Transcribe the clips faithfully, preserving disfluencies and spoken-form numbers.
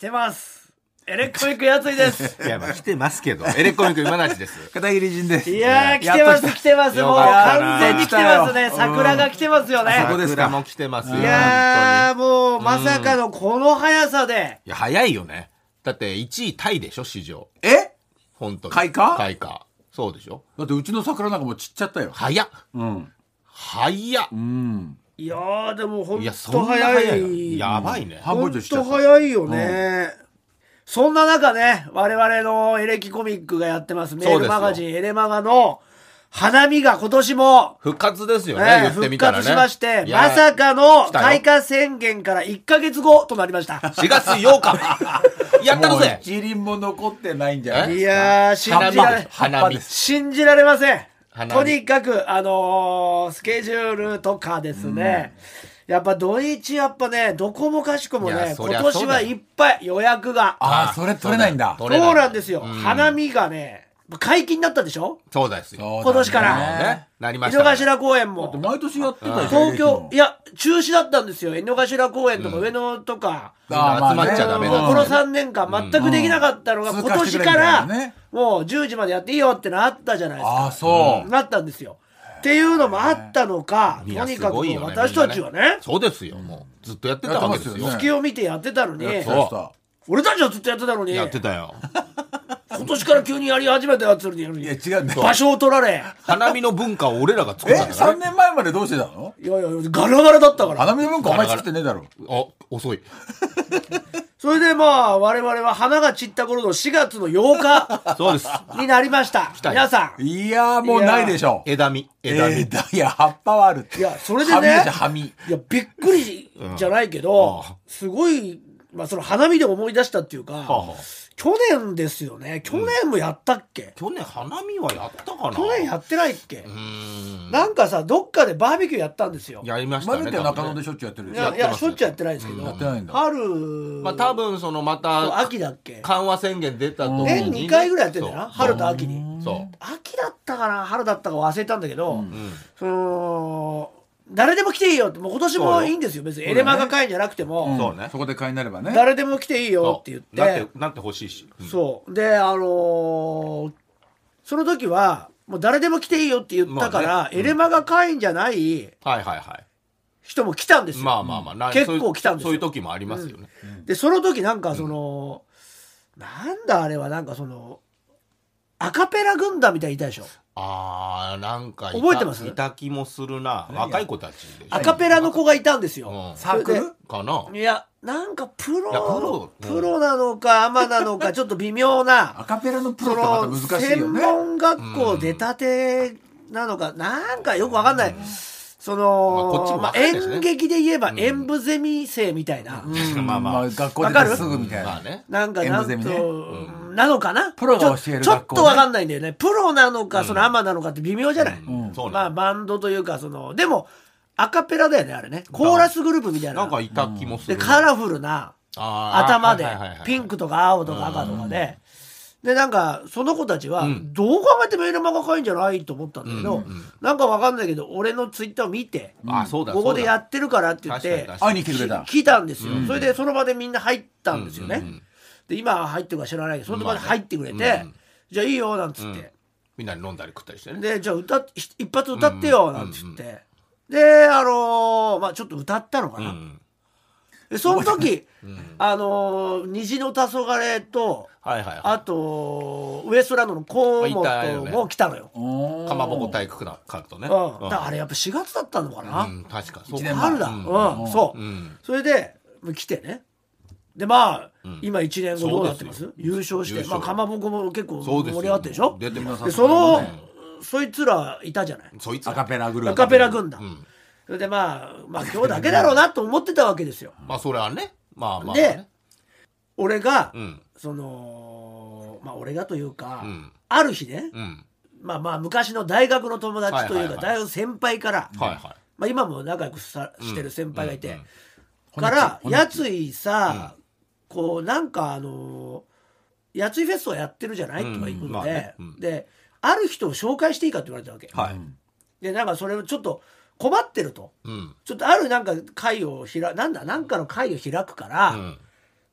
てます。エレコミックやついです。 いやまあ来てますけど、エレコミック今なちです。 片桐仁です。 いやー来てます来てます。もう完全に来てますね。桜が来てますよね。 そこですか。桜も来てますよ。 いやーもうまさかのこの速さで。 いや早いよね。だっていちいタイでしょ市場。 え？ 本当に。 開花？ 開花。そうでしょ。 だってうちの桜なんかもう散っちゃったよ。 早っ。 うん。 早っ。 うん。 いやーでも本いや当早い。 やばいね。 本当早いよね。そんな中ね、我々のエレキコミックがやってますメールマガジンエレマガの花見が今年も復活ですよね、 えー、 言ってみたらね。 復活しまして、まさかの開花宣言からいっかげつごとなりました。 しがつようか。やったのぜ。 もう一輪も残ってないんじゃないですか。 いやー、信じられ、 花見。 信じられません。とにかく、あのー、スケジュールとかですね、うん、やっぱ土日やっぱね、どこもかしこもね、今年はいっぱい予約が。 ああ、それ取れないんだ。 そうなんですよ。うん、花見がね、解禁になったでしょ。 そうですよ。 今年から。 ね、なりました、 ね。井の頭公園も。 毎年やってたよ。 東京、いや、中止だったんですよ。井の頭公園とか上野とか。 うん、集まっちゃダメな。 このさんねんかん全くできなかったのが、今年から、もうじゅうじまでやっていいよってなったじゃないですか。 ああ、そう。 なったんですよ。っていうのもあったのか、とにかく私たちはね。 そうですよ、もう。ずっとやってたわけですよ。 月を見てやってたのに。 そう。 俺たちはずっとやってたのに。 やってたよ。 今年から急にやり始めたやつに。 いや違うんだよ。 場所を取られ。 花見の文化を俺らが作ったんだから。え、さんねんまえまでどうしてたの？ いやいや、ガラガラだったから。 花見の文化お前作ってねえだろ。 あ、遅い。 それでまあ、我々は花が散った頃のしがつのようか。 そうです。 になりました。皆さん。いやーもうないでしょ。 枝見。 枝見。枝、いや、葉っぱはあるって。 いや、それでね。 葉見。 いや、びっくりじゃないけど、すごい、まあその花見で思い出したっていうか、去年ですよね。去年もやったっけ、 うん、去年花見はやったかな。 去年やってないっけ。うーん、なんかさ、どっかでバーベキューやったんですよ。 やりましたね。 バーベキュー中野でしょっちゅうやってる。 いや、いやしょっちゅうやってないですけど、うん、 やってないんだ。 春、 まあ多分そのまた秋だっけ、 緩和宣言出た時に、 年にかいぐらいやってんだよな、春と秋に。 そう。 秋だったかな、春だったか忘れたんだけど、うん、その誰でも来ていいよって、もう今年もいいんですよ、別にエレマガ会員じゃなくても、 そうね、そこで会員になればね、 誰でも来ていいよって言って、 なってなってほしいし、 うん、そうで、あのー、その時はもう誰でも来ていいよって言ったから、まあね、うん、エレマガ会員じゃない人も来たんですよ。 まあまあまあ、 結構来たんですよ。 そういう時もありますよね。 うん、でその時なんかその、うん、なんだあれは、なんかそのアカペラ軍団みたいにいたでしょ。 あー、なんか覚えてます？ いた気もするな。若い子たちでしょ。 アカペラの子がいたんですよ、 うん、 サークルかな。 いや、なんかプロプロ、 うん、プロなのかアマなのかちょっと微妙なアカペラのプロってまた難しいよね。 専門学校出たてなのか、うん、なんかよくわかんない、うん、その、まあ、演劇で言えば演舞ゼミ生みたいな、 うん、まあまあ学校出てすぐみたいな、まあね、 なんかなんと、 ね、 うん、なのかな、 プロが教える学校、ね、 ちょっとわかんないんだよね。プロなのか、そのアマなのかって微妙じゃない、 うんうん、 まあバンドというか、そのでもアカペラだよね、あれね、コーラスグループみたいな、 なんかいた気もする、 でカラフルな頭でピンクとか青とか赤とかで、でなんかその子たちはどう考えてもエレマガ会員じゃないと思ったんだけど、うんうん、なんかわかんないけど俺のツイッターを見て、うん、ここでやってるからって言って会いに来てくれた、 聞いたんですよ、うんうん、それでその場でみんな入ったんですよね、うんうんうん、で今入ってるか知らないけどその場で入ってくれて、まあね、うんうん、じゃあいいよなんつって、うん、 みんなに飲んだり食ったりしてね、 でじゃあ歌一発歌ってよなんつって、うんうんうん、であのー、まあちょっと歌ったのかな、うんうん、でその時、うん、あのー、虹の黄昏と、はいはいはい、あとウエストランドの河本も来たのよ、 ね、かまぼこ体育館とね、 うんうん、だからあれやっぱしがつだったのかな、 うん、確かそう春だ、うんうん、そう、うん、それで来てね、でまあ、うん、今いちねんごどうなってます？優勝して、まあ、かまぼこも結構盛り上がってるでしょ。 出てます。 でその、ね、そいつらいたじゃない、 そいつアカペラ軍団、 アカペラ軍団、うん、それでまあまあ今日だけだろうなと思ってたわけですよ。 まあそれはね、まあまあ、ね、 で俺が、うん、そのまあ俺がというか、うん、ある日ね、うん、まあまあ昔の大学の友達というか、はいはいはい、大学先輩から、はいはい、まあ、今も仲良くさしてる先輩がいて、うんうんうん、からやついさ、うん、こうなんかあのやついフェスをやってるじゃない、うん、とかいうことで、まあね、うん、である人を紹介していいかって言われたわけ、はい、でなんかそれをちょっと困ってると、うん、ちょっとあるなんか会を開なんだなんかの会を開くから、うん、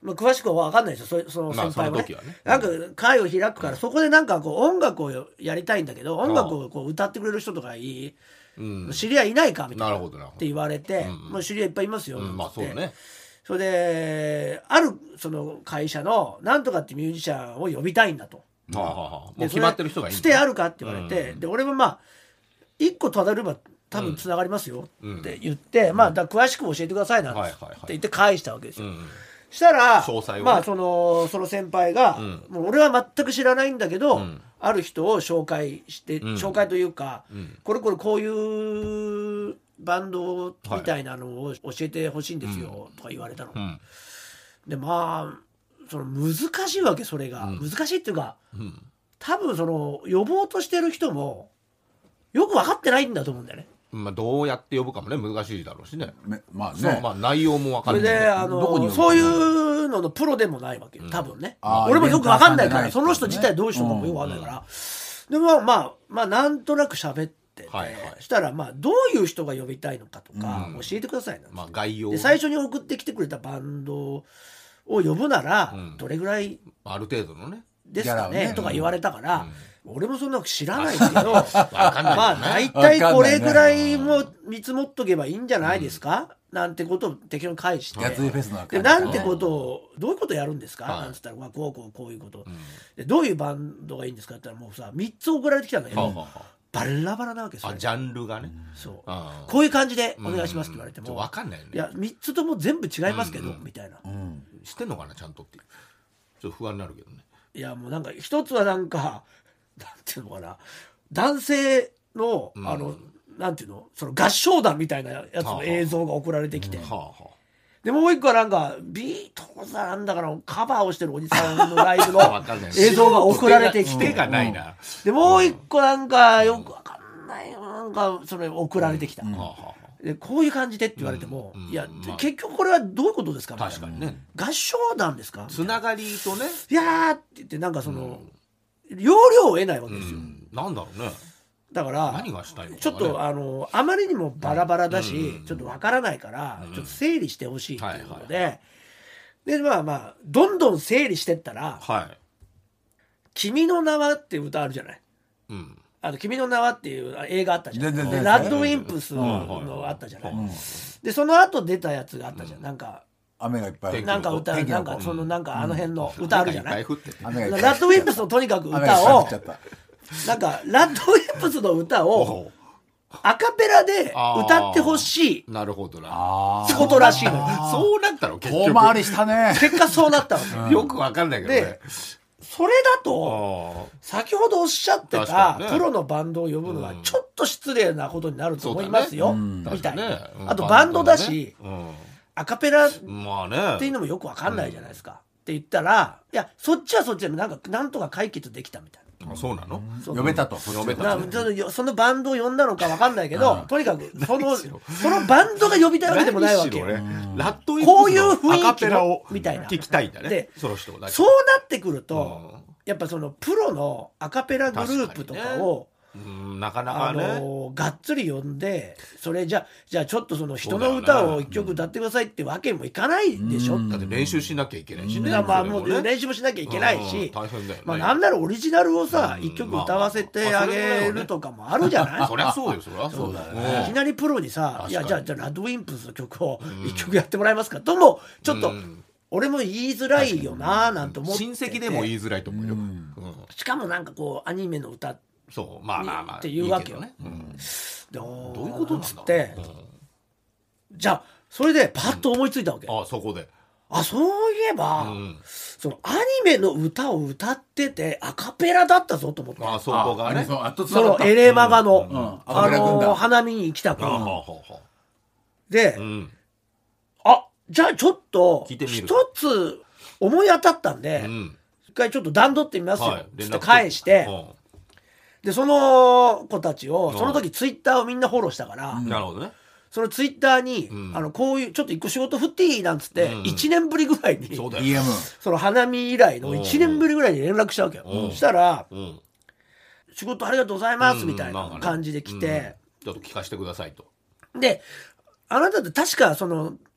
まあ、詳しくは分かんないですよ、そ, その先輩は ね,、まあ、その時はね、なんか会を開くから、うん、そこでなんかこう音楽をやりたいんだけど、音楽をこう歌ってくれる人とかいい、うん、知り合いいないかみたいなって言われて、うん、まあ、知り合いいっぱいいますよ、うん、まあそうね、それであるその会社のなんとかってミュージシャンを呼びたいんだと、 はあはあ、もう決まってる人がいいんだ、 つてあるかって言われて、うん、で俺もまあ一個たどれば多分つながりますよって言って、うん、まあだ詳しく教えてくださいなんて言って返したわけですよ、うん、したら、ね、まあそのその先輩が、うん、もう俺は全く知らないんだけど、うん、ある人を紹介して、うん、紹介というか、うん、これこれこういうバンドみたいなのを教えてほしいんですよ、はい、とか言われたの、うん、でまあその難しいわけ、それが、うん、難しいっていうか、うん、多分その呼ぼうとしてる人もよく分かってないんだと思うんだよね。 まあ、どうやって呼ぶかもね難しいだろうしね。まあね、まあ、内容も分かる。それであのそういうののプロでもないわけよ多分ね、うん、俺もよく分かんないから、その人自体どういう人かもよく分かんないから、うん、でもまあまあなんとなく喋ってて、はいはい、したらまあどういう人が呼びたいのかとか教えてくださいな、うん、まあ、概要で最初に送ってきてくれたバンドを呼ぶならどれぐらい、 ある程度のねですかね、ねとか言われたから、うん、俺もそんなの知らないけどまあ大体これぐらいも見積もっとけばいいんじゃないですか、うん、なんてことを適当に返して、でなんてことをどういうことやるんですか、はい、なんつったら、まあ、こうこうこういうこと、うん、でどういうバンドがいいんですかって言ったらもうさみっつ送られてきたんだけど、うん、バラバラなわけですよ。 あ、ジャンルがね、 そうこういう感じでお願いしますって言われても、 うん、分かんないよね。 いやみっつとも全部違いますけど、うん、みたいな、 うん、知ってんのかなちゃんとっていうちょっと不安になるけどね。 いやもうなんか一つはなんかなんていうのかな、男性の、うん、あのなんていうのその合唱団みたいなやつの映像が送られてきて、はあはあ、でもう一個はなんかビートルズなんだからカバーをしてるおじさんのライブの映像が送られてきてがないな、 でもう一個なんかよくわかんないなんかそれ送られてきた、うんうん、でこういう感じでって言われても、うんうん、いや、まあ、結局これはどういうことですかみたいな。確かにね、合唱団ですかつながりとね、 いやーって言ってなんかその、うん、要領を得ないわけですよ、うん、 なんだろうね。 だから何がしたいのか、ね、 ちょっとあのあまりにもバラバラだし、うん、ちょっとわからないから、うん、ちょっと整理してほしいっていうことで、はいはい、でまあまあどんどん整理してったら、はい、君の名はっていう歌あるじゃない、うん、あの君の名はっていう映画あったじゃん、でラッドウィンプスのあったじゃない、うん、でその後出たやつがあったじゃん、うん、なんか雨がいっぱいなんか歌うなんかそのなんかあの辺の歌あるじゃない、うん、ラッドウィンプスのとにかく歌をなんかラッドウィンプスの歌をアカペラで歌ってほしいなるほどなことらしいのよ。 そうなったの結局遠回りしたね。 結果そうなったの、 うん、よくわかんないけどね。でそれだと先ほどおっしゃってたプロのバンドを呼ぶのはちょっと失礼なことになると思いますよ、みたいな。あとバンドだしアカペラっていうのもよくわかんないじゃないですかって言ったら、いやそっちはそっちでなんかなんとか解決できたみたいな。 あ、そうなの？ 呼べたと呼べたとそのバンドを呼んだのか分かんないけど、とにかくそのそのバンドが呼びたいわけでもないわけよ。 ラッドウィンプスのこういう雰囲気のみたいな聞きたいんだね。でその人そうなってくると、やっぱそのプロのアカペラグループとかをうん、なかなかね、 あのがっつり呼んで、それじゃじゃあちょっとその人の歌を一曲歌ってくださいってわけもいかないでしょ、うん、 だって練習しなきゃいけないしね、 まあもう練習もしなきゃいけないし、 大変だよね。 まあなんならオリジナルをさ一曲歌わせてあげるとかもあるじゃない。 そりゃそうよ、そりゃそうだよね。 いきなりプロにさ、いやじゃあじゃあラッドウィンプスの曲を一曲やってもらえますかともちょっと俺も言いづらいよななんて思ってて、 親戚でも言いづらいと思うよ、うん、 しかもなんかこうアニメの歌そうまあまあまあっていうわけよね、 うん、 どういうことなんだって、うん、じゃあそれでパッと思いついたわけ、 うん、あそこであそういえば、うん、そのアニメの歌を歌っててアカペラだったぞと思って、 あそこがね、 そのエレマガの、うんうん、あの花見に来た子、うん、で、うん、あじゃあちょっと一つ思い当たったんで、うん、一回ちょっと段取ってみますよ、はい、って返して、うんでその子たちをその時ツイッターをみんなフォローしたから、 うん、なるほどね。 そのツイッターに、うん、あのこういうちょっと一個仕事振っていいなんつって、うん、いちねんぶりぐらいに、 そうだよその花見以来のいちねんぶりぐらいに連絡したわけよ。そしたら、うん、仕事ありがとうございますみたいな感じで来て、 うん、ちょっと聞かせてくださいと。 であなたって確かその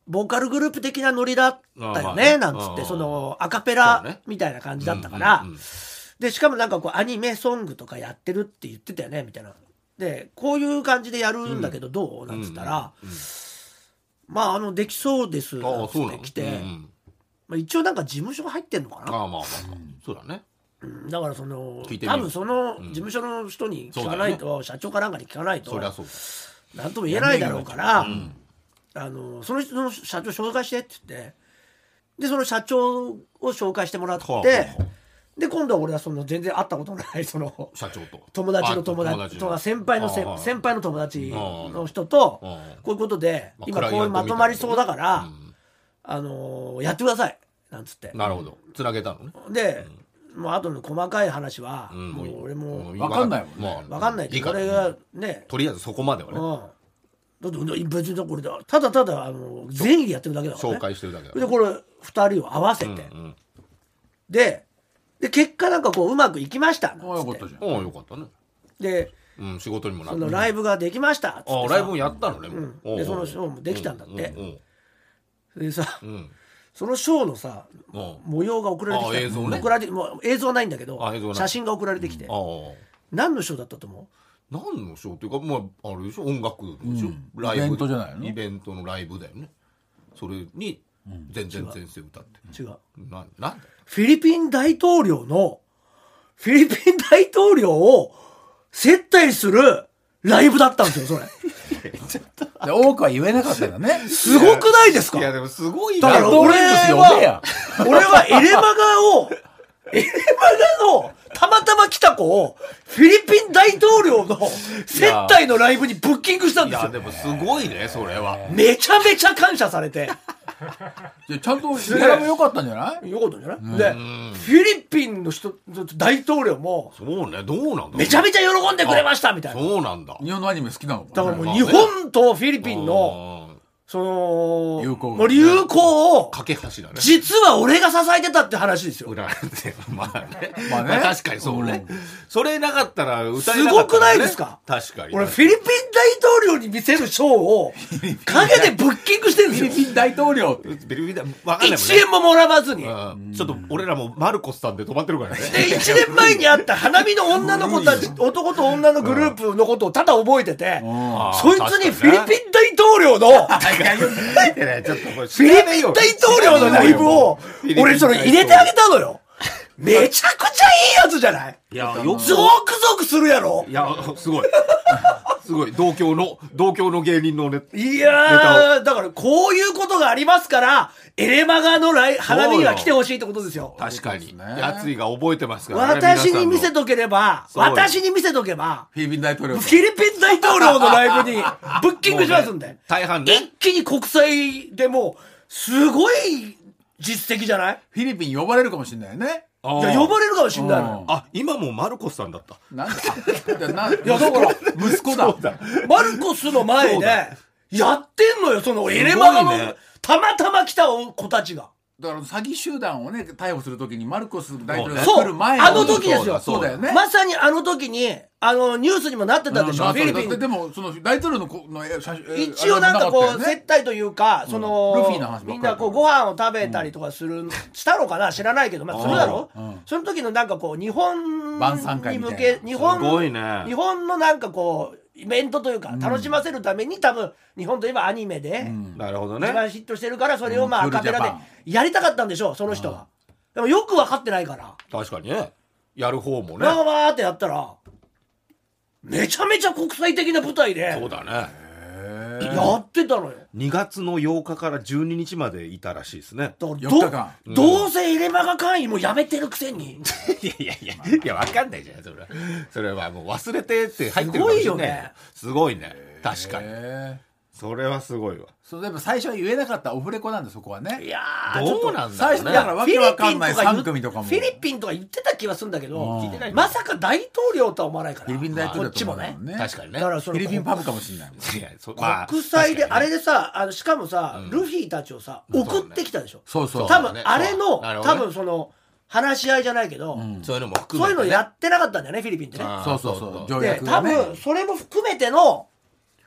ボーカルグループ的なノリだったよねなんつって、そのアカペラみたいな感じだったから、でしかもなんかこうアニメソングとかやってるって言ってたよねみたいな。でこういう感じでやるんだけどどうなんつったら、まああのできそうですなんつって来て、まあ一応なんか事務所が入ってんのかな。 ああまあまあそうだね。 だからその多分その事務所の人に聞かないと、社長かなんかに聞かないと何とも言えないだろうから、あのその人の社長紹介してって言って、でその社長を紹介してもらって、で今度は俺はその全然会ったことないその社長と友達の友達とか先輩の先輩の友達の人とこういうことで今こういうまとまりそうだからあのやってくださいなんつって。 なるほど、つなげたのね。 でもう後の細かい話はもう俺も分かんないもんね。 分かんないけど俺がねとりあえずそこまではね、 だって別にこれただただあの善意でやってるだけだからね。 紹介してるだけだ。 でこれふたりを合わせて、でで結果なんかこううまくいきましたああよかったじゃん。 ああよかったね。 で、 うん、仕事にもなってそのライブができましたっつってさ、 ああライブもやったのね、 うん、でそのショーもできたんだって、でさ、うん、そのショーのさ模様が送られてきた。 映像ね、 送られてもう映像はないんだけど写真が送られてきて、何のショーだったと思う？ 何のショーっていうか、まああれでしょ、音楽でしょ、ライブイベントじゃないの？イベントのライブだよね。それに全然前世歌って。 違う。 ななんだ。 フィリピン大統領のフィリピン大統領を接待するライブだったんですよそれ。 多くは言えなかったよね。 すごくないですか？ いやでもすごい。 だから俺は俺はエレマガをエレマガのたまたま来た子をフィリピン大統領の接待のライブにブッキングしたんですよ。 いやでもすごいねそれは。 めちゃめちゃ感謝されて。 ちゃんとギャラも良かったんじゃない？ 良かったんじゃない？でフィリピンの人大統領もそうね、どうなんだ。 めちゃめちゃ喜んでくれましたみたいな。 そうなんだ。 日本のアニメ好きなの。 だからもう日本とフィリピンのその友好もう友好を架け橋だね。 実は俺が支えてたって話ですよ。 裏でまあね、 まあね、 確かにそうね。それなかったら歌えなかった。すごくないですか？ 確かに。 俺フィリピン大統領に見せるショーを陰でブッキングしてるんですよ。 フィリピン大統領いちえんももらわずに。 ちょっと俺らもマルコスさんで止まってるからね。 でいちねんまえにあった花見の女の子たち男と女のグループのことをただ覚えてて、そいつにフィリピン大統領のフィリピン大統領のライブを俺それ入れてあげたのよ。めちゃくちゃいいやつじゃない？ いや、 よくゾクゾクするやろ。 いや、すごい。すごい。同郷の、同郷の芸人のね。 いやー、だからこういうことがありますから、エレマガの花見には来てほしいってことですよ。 確かに。やついが覚えてますからね。私に見せとければ、私に見せとけば、 フィリピン大統領。 フィリピン大統領のライブにブッキングしますんで。 大半ね。 一気に国際でも、すごい実績じゃない？ フィリピン呼ばれるかもしれないよね。 いや呼ばれるかもしれないの。 あ、今もマルコスさんだった。 なんだ。いやだから息子だ。 マルコスの前でやってんのよそのエレマガのたまたま来た子たちが。 だから詐欺集団をね逮捕するときにマルコス大統領が来る前のあの時ですよ。 そうだよね。 まさにあの時にあのニュースにもなってたでしょ。フィリピンでもその大統領のの一応なんかこう接待というかそのみんなこうご飯を食べたりとかするしたのかな知らないけどまあするだろ。その時のなんかこう日本に向け日本日本のなんかこうイベントというか楽しませるために多分日本といえばアニメでなるほどね一番ヒットしてるからそれをまあアカペラでやりたかったんでしょうその人は。でもよく分かってないから確かにねやる方もねわーわーってやったらめちゃめちゃ国際的な舞台でそうだねやってたのよ。 にがつのようかからじゅうににちまでいたらしいですね。 だからど, どうせ入れマガ会員もやめてるくせにいやいやいやいや分かんないじゃんそれはそれはもう忘れてって入ってるかもしれない。すごいよね。すごいね確かにそれはすごいわ。 そうでも最初は言えなかったオフレコなんでそこはね。 いやーどうなんだろうね。 最初だからわけわかんないさん組とかもフィリピンとか言ってた気はするんだけど聞いてないまさか大統領とは思わないから。 フィリピン大統領こっちもね確かにね。 だからそのフィリピンパブかもしれない。 いやそ国際であれでさあのしかもさルフィたちをさ送ってきたでしょ。 そうそう多分あれの多分その話し合いじゃないけどそういうのも含めてそういうのやってなかったんだよねフィリピンってね。 そうそうそうで多分それも含めての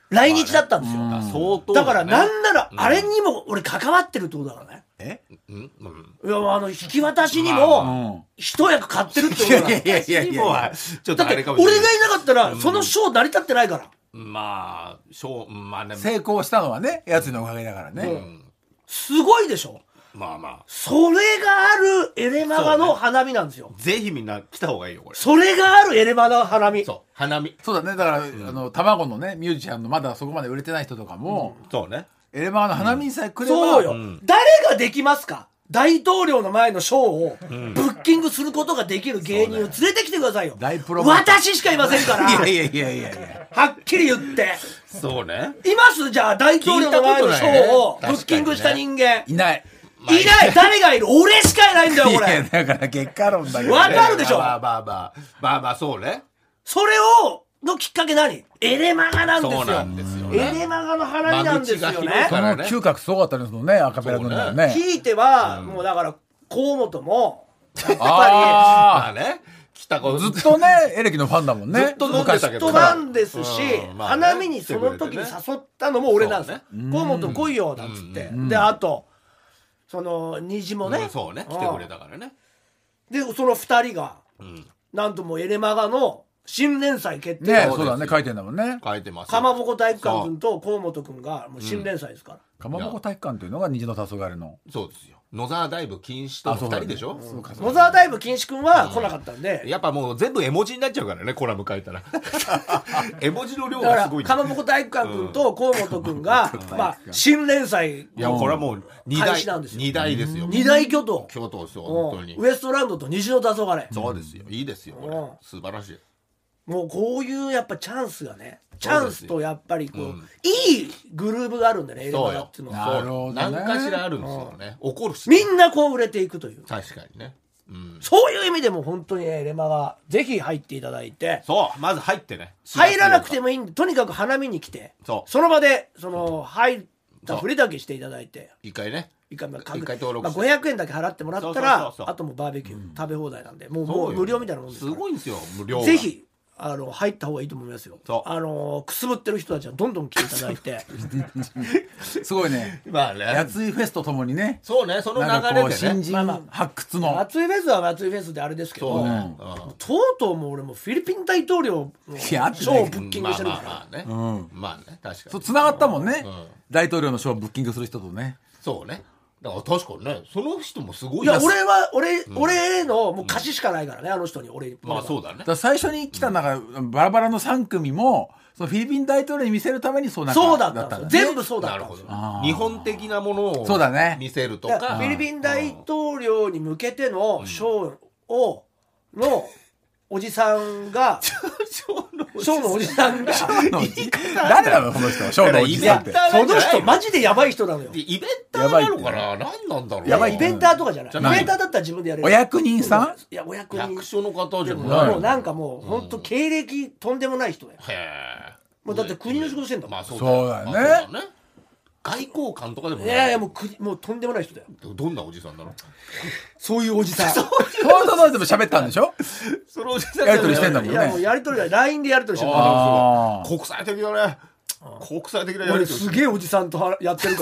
来日だったんですよ、 まあね、相当だからなんならあれにも俺関わってるってことだからね、 え、 うんうん、 いやあの引き渡しにも一役買ってるってことだから、 いやいやいやいやちょっとだって俺がいなかったらそのショー成り立ってないから、 うん、まあショー、まあね、 成功したのはねやつのおかげだからね、うん、 すごいでしょ。 まあまあそれがあるエレマガの花見なんですよ、 ね、ぜひみんな来た方がいいよこれ。 それがあるエレマガの花見。 そう花見。 そうだね。だから、うん、あの卵のねミュージシャンのまだそこまで売れてない人とかも、 うん、そうねエレマガの花見にさえ来れば、 そうよ、うん、誰ができますか。大統領の前のショーをブッキングすることができる芸人を連れてきてくださいよ、大プロ私しかいませんからいやいやいやいやいやはっきり言ってそうね。 いますじゃあ大統領の前のショーをブッキングした人間、ね、 いないいない誰がいる。俺しかいないんだよこれ。 いやだから結果論だけど、 ね、分かるでしょ。 まあまあまあまあまあそうね。 それをのきっかけ何エレマガなんですよ。 そうなんですよ、ね、 エレマガの花見なんですよね。 その嗅覚すごかったですもんねアカペラ軍団ね。 聞いては、うん、もうだから河本もやっぱりまあね北子ずっとねエレキのファンだもんね。 ずっと飲んでたけどずっとなんですし、うんまあね、花見にその時に誘ったのも俺なんですよ、ね、河本来いよなんつって、うん、であとその虹もね、 うん、そうね来てくれたからね。 でそのふたりが、うん、なんともうエレマガの新連載決定、 ね、そうだね書いてんだもんね。 書いてます。 かまぼこ体育館君と河本君がもう新連載ですから、 うん、かまぼこ体育館というのが虹の黄昏の。 そうですよ。野沢ダイブ禁止とのふたりでしょ、ねうん、 野沢ダイブ禁止君は来なかったんで、 うん、やっぱもう全部絵文字になっちゃうからねコラム書いたら絵文字の量がすごい。 かまぼこ体育館君と河本君が、うん、まあ新連載いやこれはもうにだいなんですよ。にだいですよ。 に大巨頭巨頭ですよ本当に。 ウエストランドと虹の黄昏。 そうですよいいですよこれ素晴らしい。 もうこういうやっぱチャンスがねチャンスとやっぱりこう、うん、いいグルーブがあるんだねエレマガっていうのは。 なるほどね。 何かしらあるんですよね。怒るしみんなこう売れていくという。 確かにね、うん、 そういう意味でも本当にエレマガぜひ入っていただいて。 そうまず入ってね入らなくてもいいんでとにかく花見に来て そ, その場でその入ったふりだけしていただいて一回ね一回、まあ、 一回登録まあ、ごひゃくえんだけ払ってもらったらあともバーベキュー、うん、食べ放題なんでもう、もう無料みたいなもんですからすごいんですよ無料。 ぜひあの入った方がいいと思いますよ。あのくすぶってる人たちはどんどん来ていただいてすごいね。まあね。やついフェスとともにね。 そうねその流れでね。 新人発掘の。 やついフェスはやついフェスであれですけど、ねうん、とうとうもう俺もフィリピン大統領のショーをブッキングしてるから。 まあまあね。うん、まあね確かに。 そう繋がったもんね、うん。大統領のショーをブッキングする人とね。 そうね。だから確かにねその人もすごい。 いや俺は俺、うん、俺のもう貸ししかないからね、うん、あの人に俺。 まあそうだね。だから最初に来たなんか、うん、バラバラのさん組もそのフィリピン大統領に見せるためにそうなんかそうだったんだ、ね、全部そうだったんですよ。 日本的なものをそうだね見せるとか。 フィリピン大統領に向けてのショーをのおじさんがショーのおじさんが誰なのその人ショーのおじさんって。 その人マジでヤバい人なのよ。 イベンターなのかな何なんだろう。 やばいイベンターとかじゃない。イベンターだったら自分でやれる。 お役人さん。 いやお役人役所の方じゃない。 もうなんかもう本当経歴とんでもない人だよ。へえ。もうだって国の仕事してんだもん。 そうだよね。 外交官とかでもいやいやもう国もうとんでもない人だよ。 どんなおじさんだろう。 そういうおじさん。 そうそうでも喋ったんでしょ。そのおじさんやり取りしてんだもんね。 いやもうやり取りは ライン でやり取りしてる。 国際的だね。国際的なやり取り。 俺すげえおじさんとやってるから。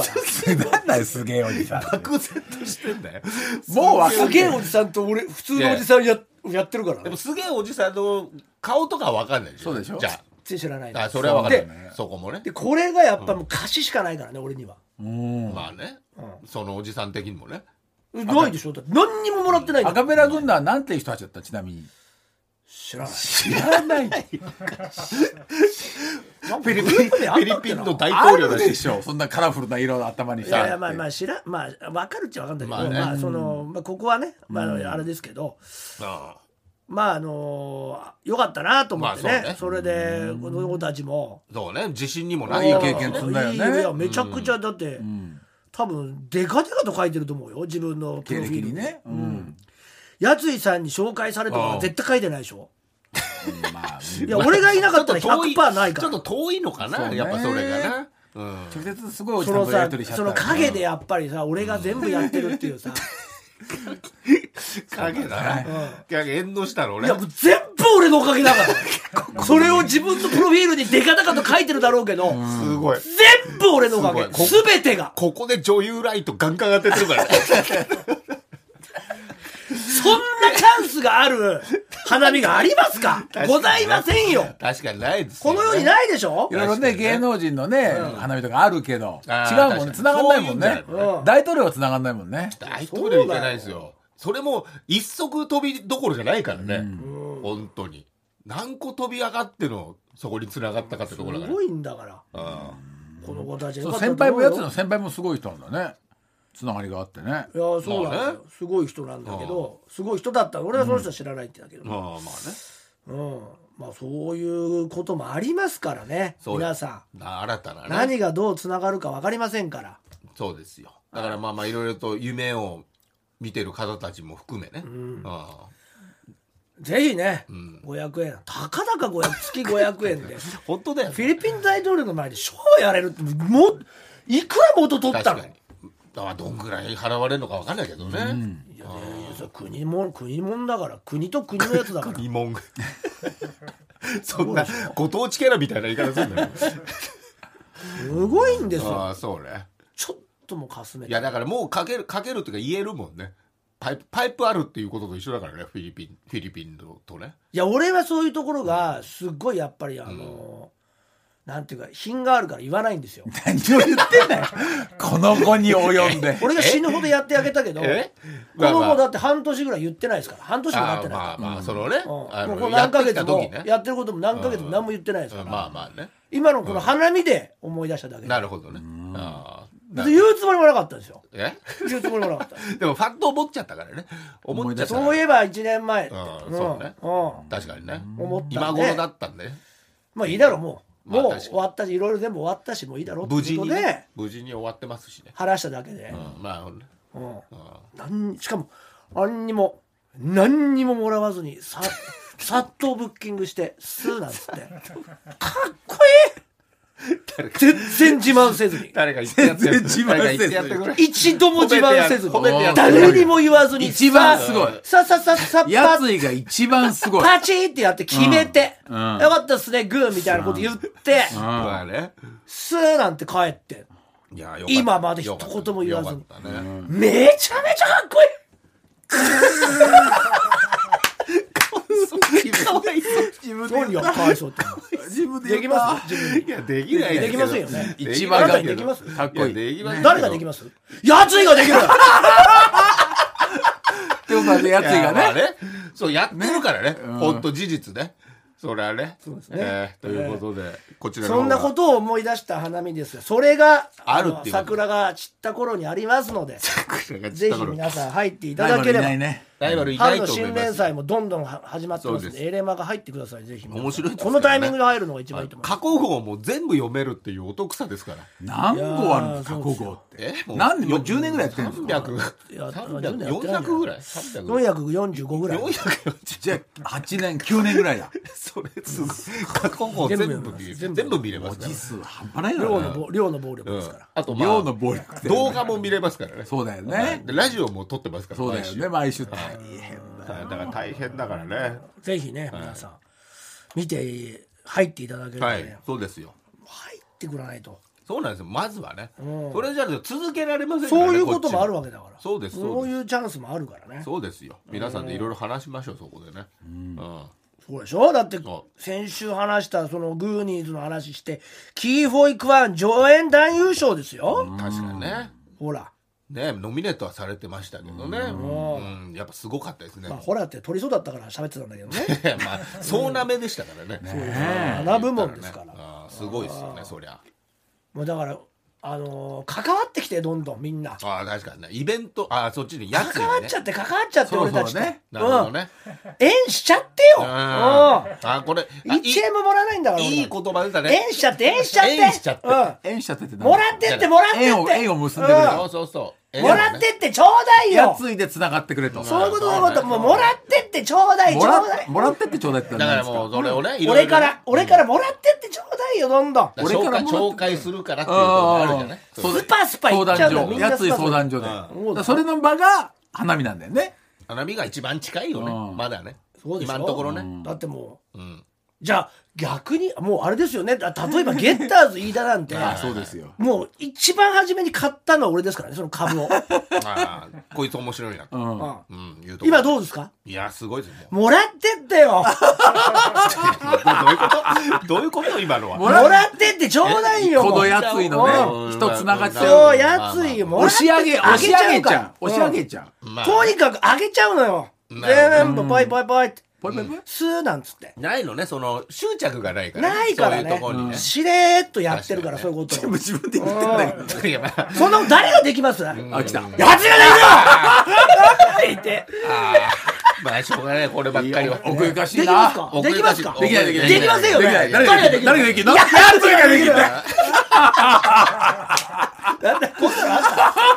なんだよすげえおじさん。 漠然としてんだよ。 もうすげえおじさんと俺普通のおじさんややってるから。 でもすげえおじさんの顔とかわかんないでしょ。 そうでしょ。 じゃあ知らない。 あそれはわかんない。そこもね。 でこれがやっぱもう貸ししかないからね俺には。 まあね、うん、そのおじさん的にもねないでしょ。だって何にももらってないんだ。 アカペラ軍団はなんていう人たちだった。ちなみに知らない知らないフィリピンフィリピンの大統領だでしょ。そんなカラフルな色の頭にさ。 いやいやまあまあ知らまあ分かるっちゃ分かんないけど、まあね、まあそのまあここはねまああれですけど、ああまああのー、よかったなと思って ね,、まあ、そ, ねそれで子供たちもそうね自信にもないい経験積んだよね。 いやめちゃくちゃだって、うん、多分デカデカと書いてると思うよ自分のプロフィールにね、うん、やついさんに紹介されたのは絶対書いてないでしょ。うんまあ、いや俺がいなかったら ひゃくパーセント ないから。 ちょっと遠いのかな、ね、やっぱそれがな、うん、 直接すごいおじさんとやり取りしちゃった、 その影でやっぱりさ俺が全部やってるっていうさ影だな、うん、縁の下の俺いやもう全部俺のおかげだからそれを自分のプロフィールにデカデカと書いてるだろうけど、 すごい全部俺のおかげ。すべてが。 ここで女優ライトガンガン当ててるからね。 そんなチャンスがある花見がありますか？ございませんよ。 確かにないですよ、 ね、この世にないでしょ。 いろいろね、芸能人のね、うん、花見とかあるけど違うもんね、繋がんないもんね。うん、大統領は繋がんないもんね。 大統領いけないですよ。それも一足飛びどころじゃないからね、うん、本当に何個飛び上がってのそこに繋がったかってところだから。 すごいんだから、うん、この子たち。 先輩もやつの先輩もすごい人なんだね。つながりがあってね。いやそうなんだよ、ね、すごい人なんだけど、すごい人だったら俺はその人は知らないってだけど、ね、うん、あまあね、うん、まあそういうこともありますからね。皆さん新たな、ね、 何がどうつながるか分かりませんから。 そうですよ。だからまあまあいろいろと夢を見てる方たちも含めね、うん、あぜひね、うん、ごひゃくえんたかだかごひゃく月ごひゃくえんで本当だよ、ね、 フィリピン大統領の前でショーやれるってもういくら元取ったの。 確かにどんぐらい払われるのか分かんないけどね、うん、 いやいや国もん国もんだから国と国のやつだから国もんそんなご当地キャラみたいな言い方するんだよすごいんですよ。 あそうね。 ちょっともかすめて。 いやだからもうかけるかけるっていうか言えるもんね。パイプパイプあるっていうことと一緒だからね、フィリピンフィリピンとね。 いや俺はそういうところがすっごいやっぱりあの、うんなんていうか品があるから言わないんですよ。 何を言ってんだよこの子に及んで俺が死ぬほどやってあげたけどこの子だって半年ぐらい言ってないですから。半年もなってないから。まあまあそのね、うん、もうこの何ヶ月もやってることも何ヶ月も何も言ってないですから、 まあまあね、 今のこの花見で思い出しただけで。 なるほどね。あ言うつもりもなかったんですよ。え言うつもりもなかったでもファッと思っちゃったからね。思っちゃった。 そういえばいちねんまえ、 うん、そうね、うん、確かにね思ったんで今頃だったんで、 まあいいだろうもうもう終わったしいろいろ全部終わったしもういいだろうってことで無事に、ね、 無事に終わってますしね。 晴らしただけで、 うん、まあ、 うんうん、しかも何にも何にももらわずにささっとブッキングしてスーなんつってかっこいい全然自慢せずに誰か言ってやって自慢せずに一度も自慢せずに誰にも言わずに一番すごいささささやついが一番すごいパチーってやって決めて、うんうん、よかったっすねグーみたいなこと言って、うんまあね、 スーなんて帰っていやよ今まで一言も言わずに、ね、めちゃめちゃかっこいいかわいそう自分で言うかわいそうって自分でできます自分いやできないできませんよね。 一番ができますかっこいい誰ができます。やついができるってことはやついがねそうやってるからね本当事実ねそれはね。そうですね、えー、ということで、えー、こちらのそんなことを思い出した花見ですがそれがあるっていう桜が散った頃にありますのでぜひ皆さん入っていただければ。 ライバルいないと思います。 春の新連載もどんどん始まってますのでエレマが入ってください。ぜひ面白いです、ね、 このタイミングで入るのが一番いいと思います。 過去号も全部読めるっていうお得さですから。 何個あるんですか過去号って。えもう何もうじゅうねんぐらいやってるんですか。 さんびゃく、よんひゃくぐらいよんひゃくよんじゅうごぐらいじゃあはちねんきゅうねんぐらいだそれすごい過去号全部見れ全部見れますから。 文字数半端ないよね。量の暴力ですから。 あと量の暴力動画も見れますからね。 そうだよね。 ラジオも撮ってますから。 そうだよね毎週大変だから大変だからね。 ぜひね皆さん見て入っていただければね。はい、 そうですよ。 入ってくらないと。 そうなんですよ。まずはね。うん、それじゃ続けられませんからね。 そういうこともあるわけだから。 そうです。 そういうチャンスもあるからね。 そうですよ。皆さんでいろいろ話しましょうそこでね。うん。うんそうでしょ。だって先週話したそのグーニーズの話してキーフォイクワン上演男優賞ですよ。 確かにね。 ほら。 ね、ノミネートはされてましたけどね、うんうん、やっぱすごかったですね。 まあ、ホラーって取りそうだったから喋ってたんだけどねまあそうなめでしたからね。 そうですね。なな部門ですから、ね、 あすごいですよねそりゃ。 もうだからあのー、関わってきてどんどんみんな。 ああ確かにねイベントあそっちにやつ、ね、 関わっちゃって関わっちゃって俺たちとね。 なるほどね。 縁しちゃってよ。 あこれいちえんももらわないんだから。 いい言葉出たね。 縁しちゃって縁しちゃって縁しちゃって縁しちゃってってもらってってもらってって縁を結んでくれ。 そうそうそうもらってってちょうだいよ。 やついで繋がってくれと。 そういうことそういうこと。もうもらってってちょうだいちょうだい。 もらってってちょうだいって。 だからもうそれをね。 俺から俺からもらってってちょうだいよどんどん。 俺から紹介するからっていうことがあるじゃない。 スパスパいっちゃうんだ。 やつい相談所で。それの場が花見なんだよね。 花見が一番近いよね。まだね。今のところね。 だってもうじゃあ逆にもうあれですよね、例えばゲッターズ飯田なんてあそうですよ、 もう一番初めに買ったのは俺ですからね、その株をあこいつ面白いな、うんうんうん、言うと今どうですか？ いやすごいですよ、 もらってってよどういうことどういうこと今のはもらってってちょうだいよ、 このやついのね一つながっちゃう、 そうやついもらって押し上げ押し上げちゃう押し上げちゃう、 まあ、とにかく上げちゃうのよ、全部ポイポイポイってポイポイポイスーなんつってないのね、その執着がないから、 ないからね、そういうとこにね、しれーっとやってるから、そういうこと全部自分で言ってるんだけど、 そんなの誰ができます？あ、 来た、 やつができるよって言って、 まあしょうがないこればっかりは。 奥ゆかしいな。 できますか？ できないできないできませんよね。 誰ができる？誰ができるの？やつができる。 なんだこんなのあった？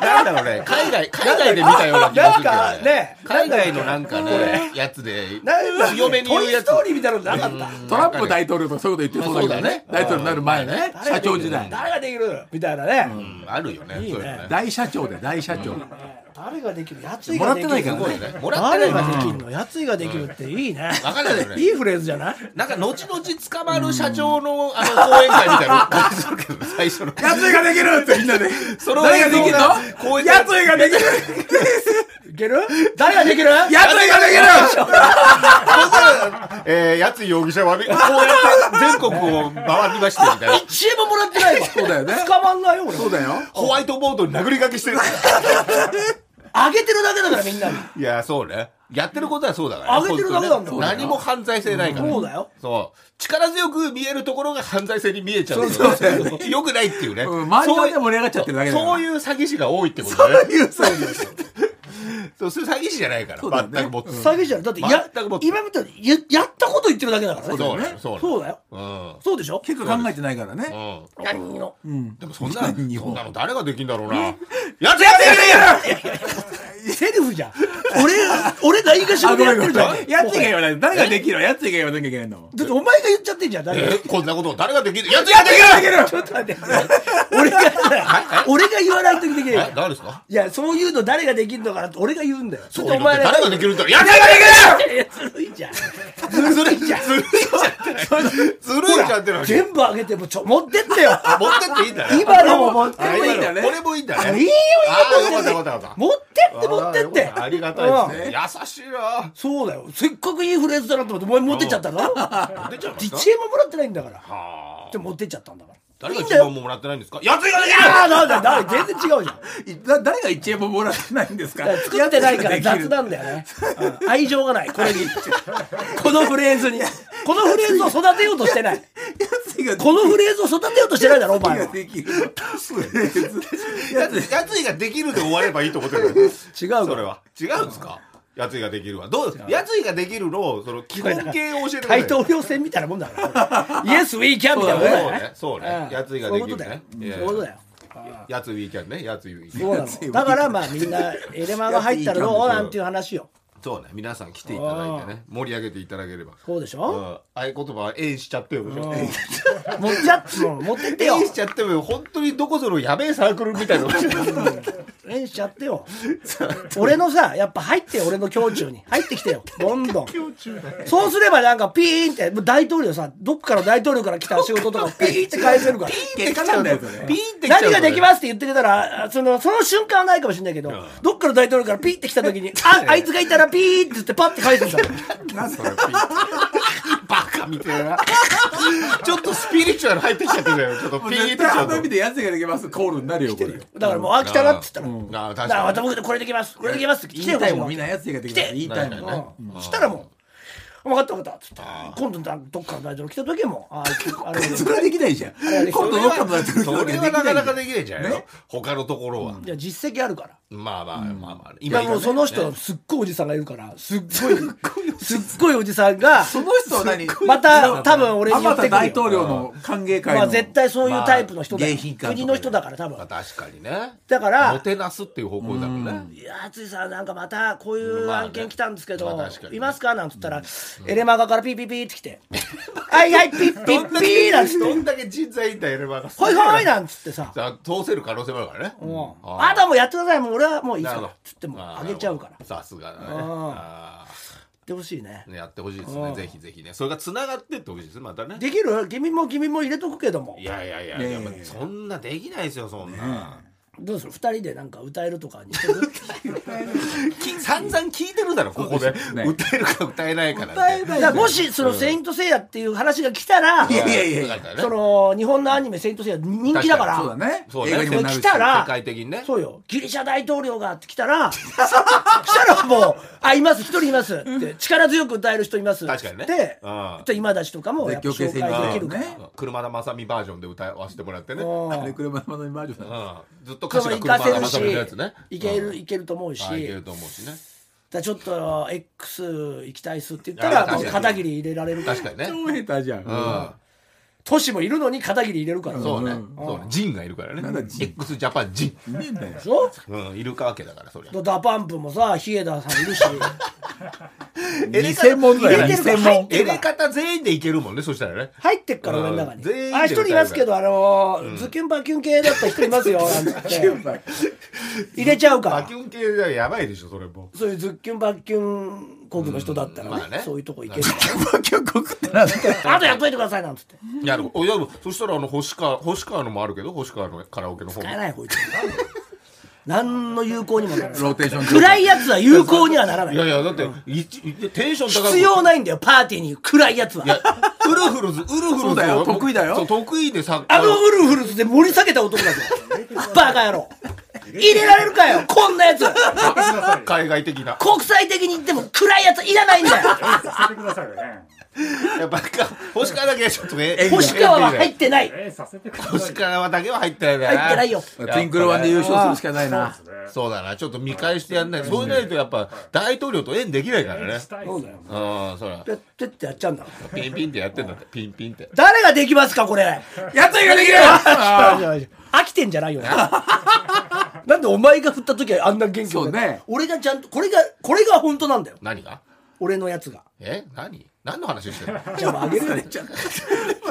なんだろうね。海外海外で見たような気がするけどね。海外のなんかねやつで強めに言うやつ。トイストーリーみたいなのなかった？ トランプ大統領とかそういうこと言ってそうだけどね。大統領になる前ね。社長時代。 誰ができるみたいなね。 あるよね。 大社長で大社長。 誰ができる？やついができる。 もらってないからね。 誰ができるの？やついができるっていいね。 わかんないよね。 いいフレーズじゃない？ なんか後々捕まる社長のあの講演会みたいな感じするけど最初の。 やついができるってみんなで。 その誰ができるの？やついができる。 いける？誰ができる？ やついができる。 えー、やつい容疑者はこうやって全国を回りましてみたいな。 一円ももらってないわ。 そうだよね。 捕まんないよ俺。 そうだよ。 ホワイトボードに殴り書きしてる。 上げてるだけだからみんなに。 いやそうね。やってることはそうだから。 上げてるだけなんだ。 何も犯罪性ないから。 そうだよ。 そう。力強く見えるところが犯罪性に見えちゃう。そうそう。よくないっていうね。 周りがで盛り上がっちゃってるだけだから。 そういう詐欺師が多いってことだね。 そういうそういう。 そう、そういう詐欺師じゃないから。全くもって。 詐欺師じゃない。だってや今みたいにややったこと言ってるだけだからね。 そうね。 そうだよ。そうでしょ。 結構考えてないからね。 何の。 でもそんなそんなの誰ができんだろうな。やつやつセルフじゃん。俺俺何かしらやってるじゃん。 やつが言わない。誰ができるの？やつが言わなきゃいけないの。 だってお前が言っちゃってんじゃん。誰こんなこと誰ができる？やつができる。 ちょっと待って。俺が俺が言わないとできない。 誰ですか？ いやそういうの誰ができるのかなって俺が言うんだよ。 そうお前誰ができるんだろう。やつができる。 ずるいじゃん。ずるいじゃん。 ずるいじゃん。ずるいじゃんっての。 全部あげてもちょ持ってってよ。 持ってっていいんだね。 今のも持ってっていいんだね。 これもいいんだね。 いいよいいよ。 よかったよかった。 持ってって持ってって。 ありがたいですね。優しいな。 そうだよ。せっかくいいフレーズだなと思ってお前持ってっちゃったの？持ってっちゃった。いちえんももらってないんだから。で持ってっちゃったんだから。 誰がいちえんももらってないんですか？やつができる。 ああなんだだ全然違うじゃん。誰がいちえんももらってないんですか？ 作ってないから雑なんだよね。愛情がないこれに。このフレーズに。このフレーズを育てようとしてない。このフレーズを育てようとしてないだろお前は。 やついができるで終わればいいと思ってる。違うそれは違うんですか？やついができるわ。どうやついができるのその基本形を教えてくれ。 大統領選みたいなもんだから。イエスウィーキャンみたいなもんだよね。 そうね。やついができるね。 そういうことだよ。 やつウィーキャンね。やつウィーキャン。だからまあみんなエレマが入ったらどうなんていう話よ。 そうね。皆さん来ていただいてね盛り上げていただければ。 そうでしょ。 合言葉はえんしちゃってよ。持っちゃっても持ってってよ。 えんしちゃっても本当にどこぞのやべえサークルみたいな。 えんしちゃってよ。俺のさやっぱ入ってよ俺の胸中に入ってきてよどんどん。そうすればなんかピーンって大統領さどっかの大統領から来た仕事とかピーンって返せるから。 ピーンって来ちゃうんだよ。ピーンって何ができますって言ってくれたらそのその瞬間はないかもしれないけどどっかの大統領からピーンって来た時にああいつがいたらピーンって言ってパッて返すんだ。 何それピーン。バカみたいな。ちょっとスピリチュアル入ってきちゃってるよ。ちょっとピーンってちゃうと。 あの意味でやつができますコールになるよこれ。 だからもうあ来たなって言ったら。 ああだからまた僕これできますこれできますって来てよ。 言いたいもんみんなやつができます言いたいもんね。 したらもう分かった分かったっつって今度どっかの大統領来た時もああれそれはできないじゃん。今度どっかの大統領それはなかなかできないじゃんよ他のところは。 いや実績あるから。 まあまあまあまあ今もうその人すっごいおじさんがいるからすっごいすっごいおじさんがその人は何また多分俺に言ってくるよ。 大統領の歓迎会のまあ絶対そういうタイプの人だ国の人だから多分。 確かにね。 だからもてなすっていう方向だもんね。 いや淳さんなんかまたこういう案件来たんですけどいますかなんつったらエレマガからピーピーピーって来てはいはいピッピッピーなんつってどんだけ人材いんだエレマガ。 ほいほいなんつってさ通せる可能性もあるからね。 あとはもうやってくださいもう俺はもういいっすからつってもあげちゃうから。 さすがだね。 ってほしいね。 やってほしいですね。ぜひぜひね。それが繋がってってほしいですね。またね。 できる？君も君も入れとくけども。 いやいやいやいや、そんなできないですよそんな。 どうする？二人でなんか歌えるとかにしてる？ 散々聞いてるだろここで。歌えるか歌えないか歌えない。もしそのセイントセイヤっていう話が来たら、いやいやいや、その日本のアニメセイントセイヤ人気だから、 そうだね。 そうね。 来たら世界的にね。 そうよ。ギリシャ大統領がって来たら、来たらもうあいます一人いますって力強く歌える人います。 確かにね。 で、今立ちとかもやっぱ紹介できるから。 車田正美バージョンで歌わせてもらってね。 あれ車田正美バージョン。 ずっと歌詞が車田正美のやつね。 いけるいけると思うし。 いけると思うしね。 だちょっと X 行きたいっすって言ったらもう片桐入れられるから。 確かにね。 超下手じゃん。 トシもいるのに片桐入れるから。 そうね。そうね。ジンがいるからね。X ジャパンジン。 いねえんだよ。 そう？ うんいるかわけだからそれ。 ダパンプもさヒエダさんいるし。 にせんもんだよ。にせんもん。 入れ方全員でいけるもんねそしたらね。 入ってっから俺の中に。あ一人いますけどあのズキュンバキュン系だった人いますよなんて。入れちゃうから。 バキュン系じゃやばいでしょそれも。 そういうズッキュンバキュン国の人だったらねそういうとこ行ける。 ズッキュンバキュン国ってなんだよ。 あとやっといてくださいなんつって。 いやおやそしたらあの星川星川のもあるけど星川のカラオケの方。 使えないこいつ。何の有効にもならない。 ローテーション暗いやつは有効にはならない。 いやいやだってテンション高く必要ないんだよパーティーに暗いやつは。 ウルフルズウルフルズだよ得意だよ。 そう得意でさあのウルフルズで盛り下げた男だぞ。バカ野郎。入れられるかよこんなやつ。 海外的な国際的に言っても暗いやついらないんだよ。 させてくださいよね。 やっぱ星川だけはちょっとね星川は入ってない。 星川だけは入ってないな。 入ってないよ。 ティンクルワンで優勝するしかないな。 そうだなちょっと見返してやんない。そうないとやっぱ大統領と縁できないからね。 そうだよ。 うんそらペッペッってやっちゃうんだ。 ピンピンってやってんだってピンピンって。 誰ができますかこれ。 やっといができる。 飽きてんじゃないよね。なんでお前が振った時はあんな元気そうね。 俺がちゃんとこれがこれが本当なんだよ。 何が？ 俺のやつが。 え何？何の話してるの？ じゃああげる。 忘れちゃった。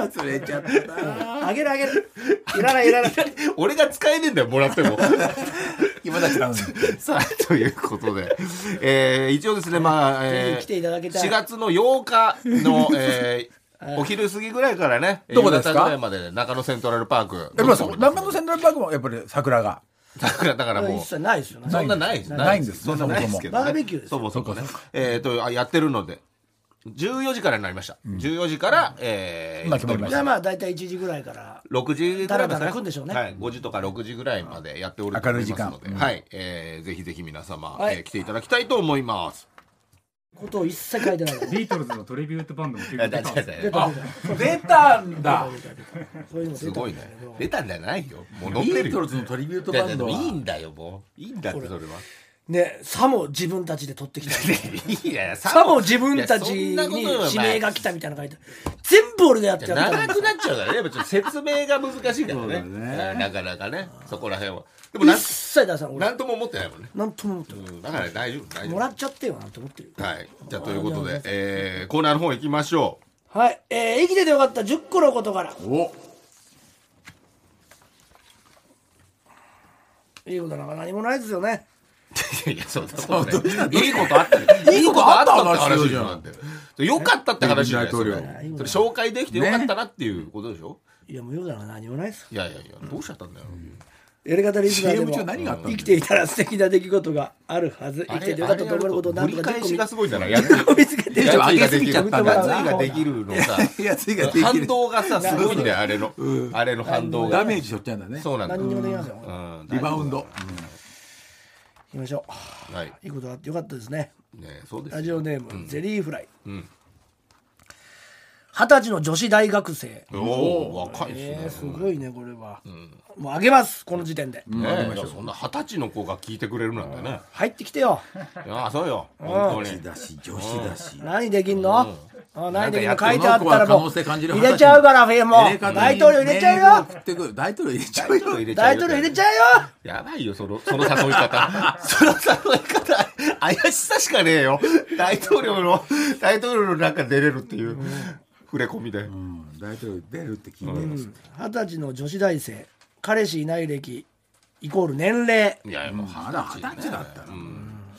忘れちゃったあげるあげる。いらないいらない。 俺が使えねえんだよもらっても。 今だけなのに。 さあということで、えー、一応ですねまあ、えー、 来ていただきたい。 しがつのようかの、えー、お昼過ぎぐらいからねどこですか？ 夕方ぐらいまで中野セントラルパーク。 やっぱ中野セントラルパークもやっぱり桜が。 桜だからもう一切ないですよね。 そんなないですないんです。 そんなないですけどね。 バーベキューです。 そもそもね。えっとやってるので。じゅうよじからになりました。じゅうよじから、えー、 今決まりました。 じゃあまあ大体いちじぐらいからろくじぐらいまで来るんでしょうね。 はい、ごじとかろくじぐらいまでやっておりますので、明るい時間、はい、えー、ぜひぜひ皆様、はいえー、来ていただきたいと思います。 ことを一切書いてない。 ビートルズのトリビュートバンドも結構出たんです出た出たんだ。 すごいね。出たんじゃないよ。もう乗ってるよ。 ビートルズのトリビュートバンドはいいんだよもういいんだってそれは。 ね、さも自分たちで取ってきた。 いやさも自分たちに指名が来たみたいな書いて全部俺がやってやった。 長くなっちゃうからね。やっぱ説明が難しいからね。なかなかねそこら辺は。でも一切出さん。 なんとも思ってないもんね。 なんとも思ってない。 だから大丈夫大丈夫。 もらっちゃってよなんて思ってる。 はい。じゃあということでえコーナーの方行きましょう。はい。え生きててよかったじゅっこのことから。 お。 いいことなんか何もないですよね。 いやそうそうね。いいことあったね。いいことあったって話じゃん。よかったって話じゃないですか。それ紹介できてよかったなっていうことでしょ。 いや無用だな何もないです。 いやいやいやどうしちゃったんだよ。 やり方リスナーでも生きていたら素敵な出来事があるはず。生きててよかったと思うことを何とか繰り返しがすごいんだな。 やつ見つけてやつができる。やつができるのさ。反動がさすごいんだよあれのあれの反動が。 ダメージしょっちゃうんだね。 そうなんだ。 何にもできますよ。 リバウンド。 行きましょう。はい。いいことあってよかったですね。 ねそうです。 ラジオネームゼリーフライ。二十歳の女子大学生。 おお若いですね。 すごいねこれは。もうあげますこの時点で。 そんな二十歳の子が聞いてくれるなんてね。 入ってきてよ。 いやそうよ。 女子だし女子だし。 何できんの？何できんの書いてあったらもう入れちゃうからフェンも大統領入れちゃうよ。 大統領入れちゃうよ。 大統領入れちゃうよ。 やばいよそのその誘い方。その誘い方怪しさしかねえよ。大統領の大統領の中出れるっていう。触れ込みで、うん、 大統領出るって聞いてます。 二十歳の女子大生彼氏いない歴イコール年齢。 いやもう二十歳だったら、うん、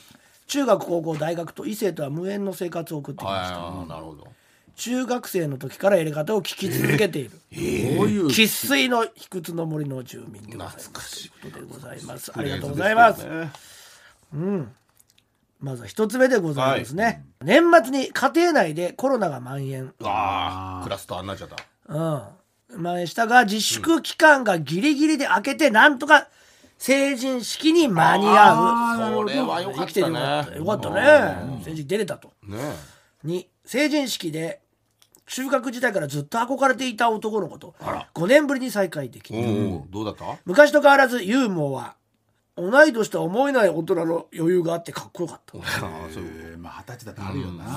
中学高校大学と異性とは無縁の生活を送ってきました。 あなるほど。 中学生の時からエレガタを聞き続けている生粋の卑屈の森の住民でございますということでございます。ありがとうございます、ね、うん、まずは一つ目でございますね、はい、年末に家庭内でコロナが蔓延、 あクラスターになっちゃった、 うん、蔓延したが自粛期間がギリギリで明けてなんとか成人式に間に合う。それはよかったね。 生きてるよかったよかったね。成人出れたと、ね、に成人式で中学時代からずっと憧れていた男の子とごねんぶりに再会できた。 どうだった？ 昔と変わらずユーモア、同い年とは思えない大人の余裕があってかっこよかった。 あそういうまあ二十歳だとあるよな、うん、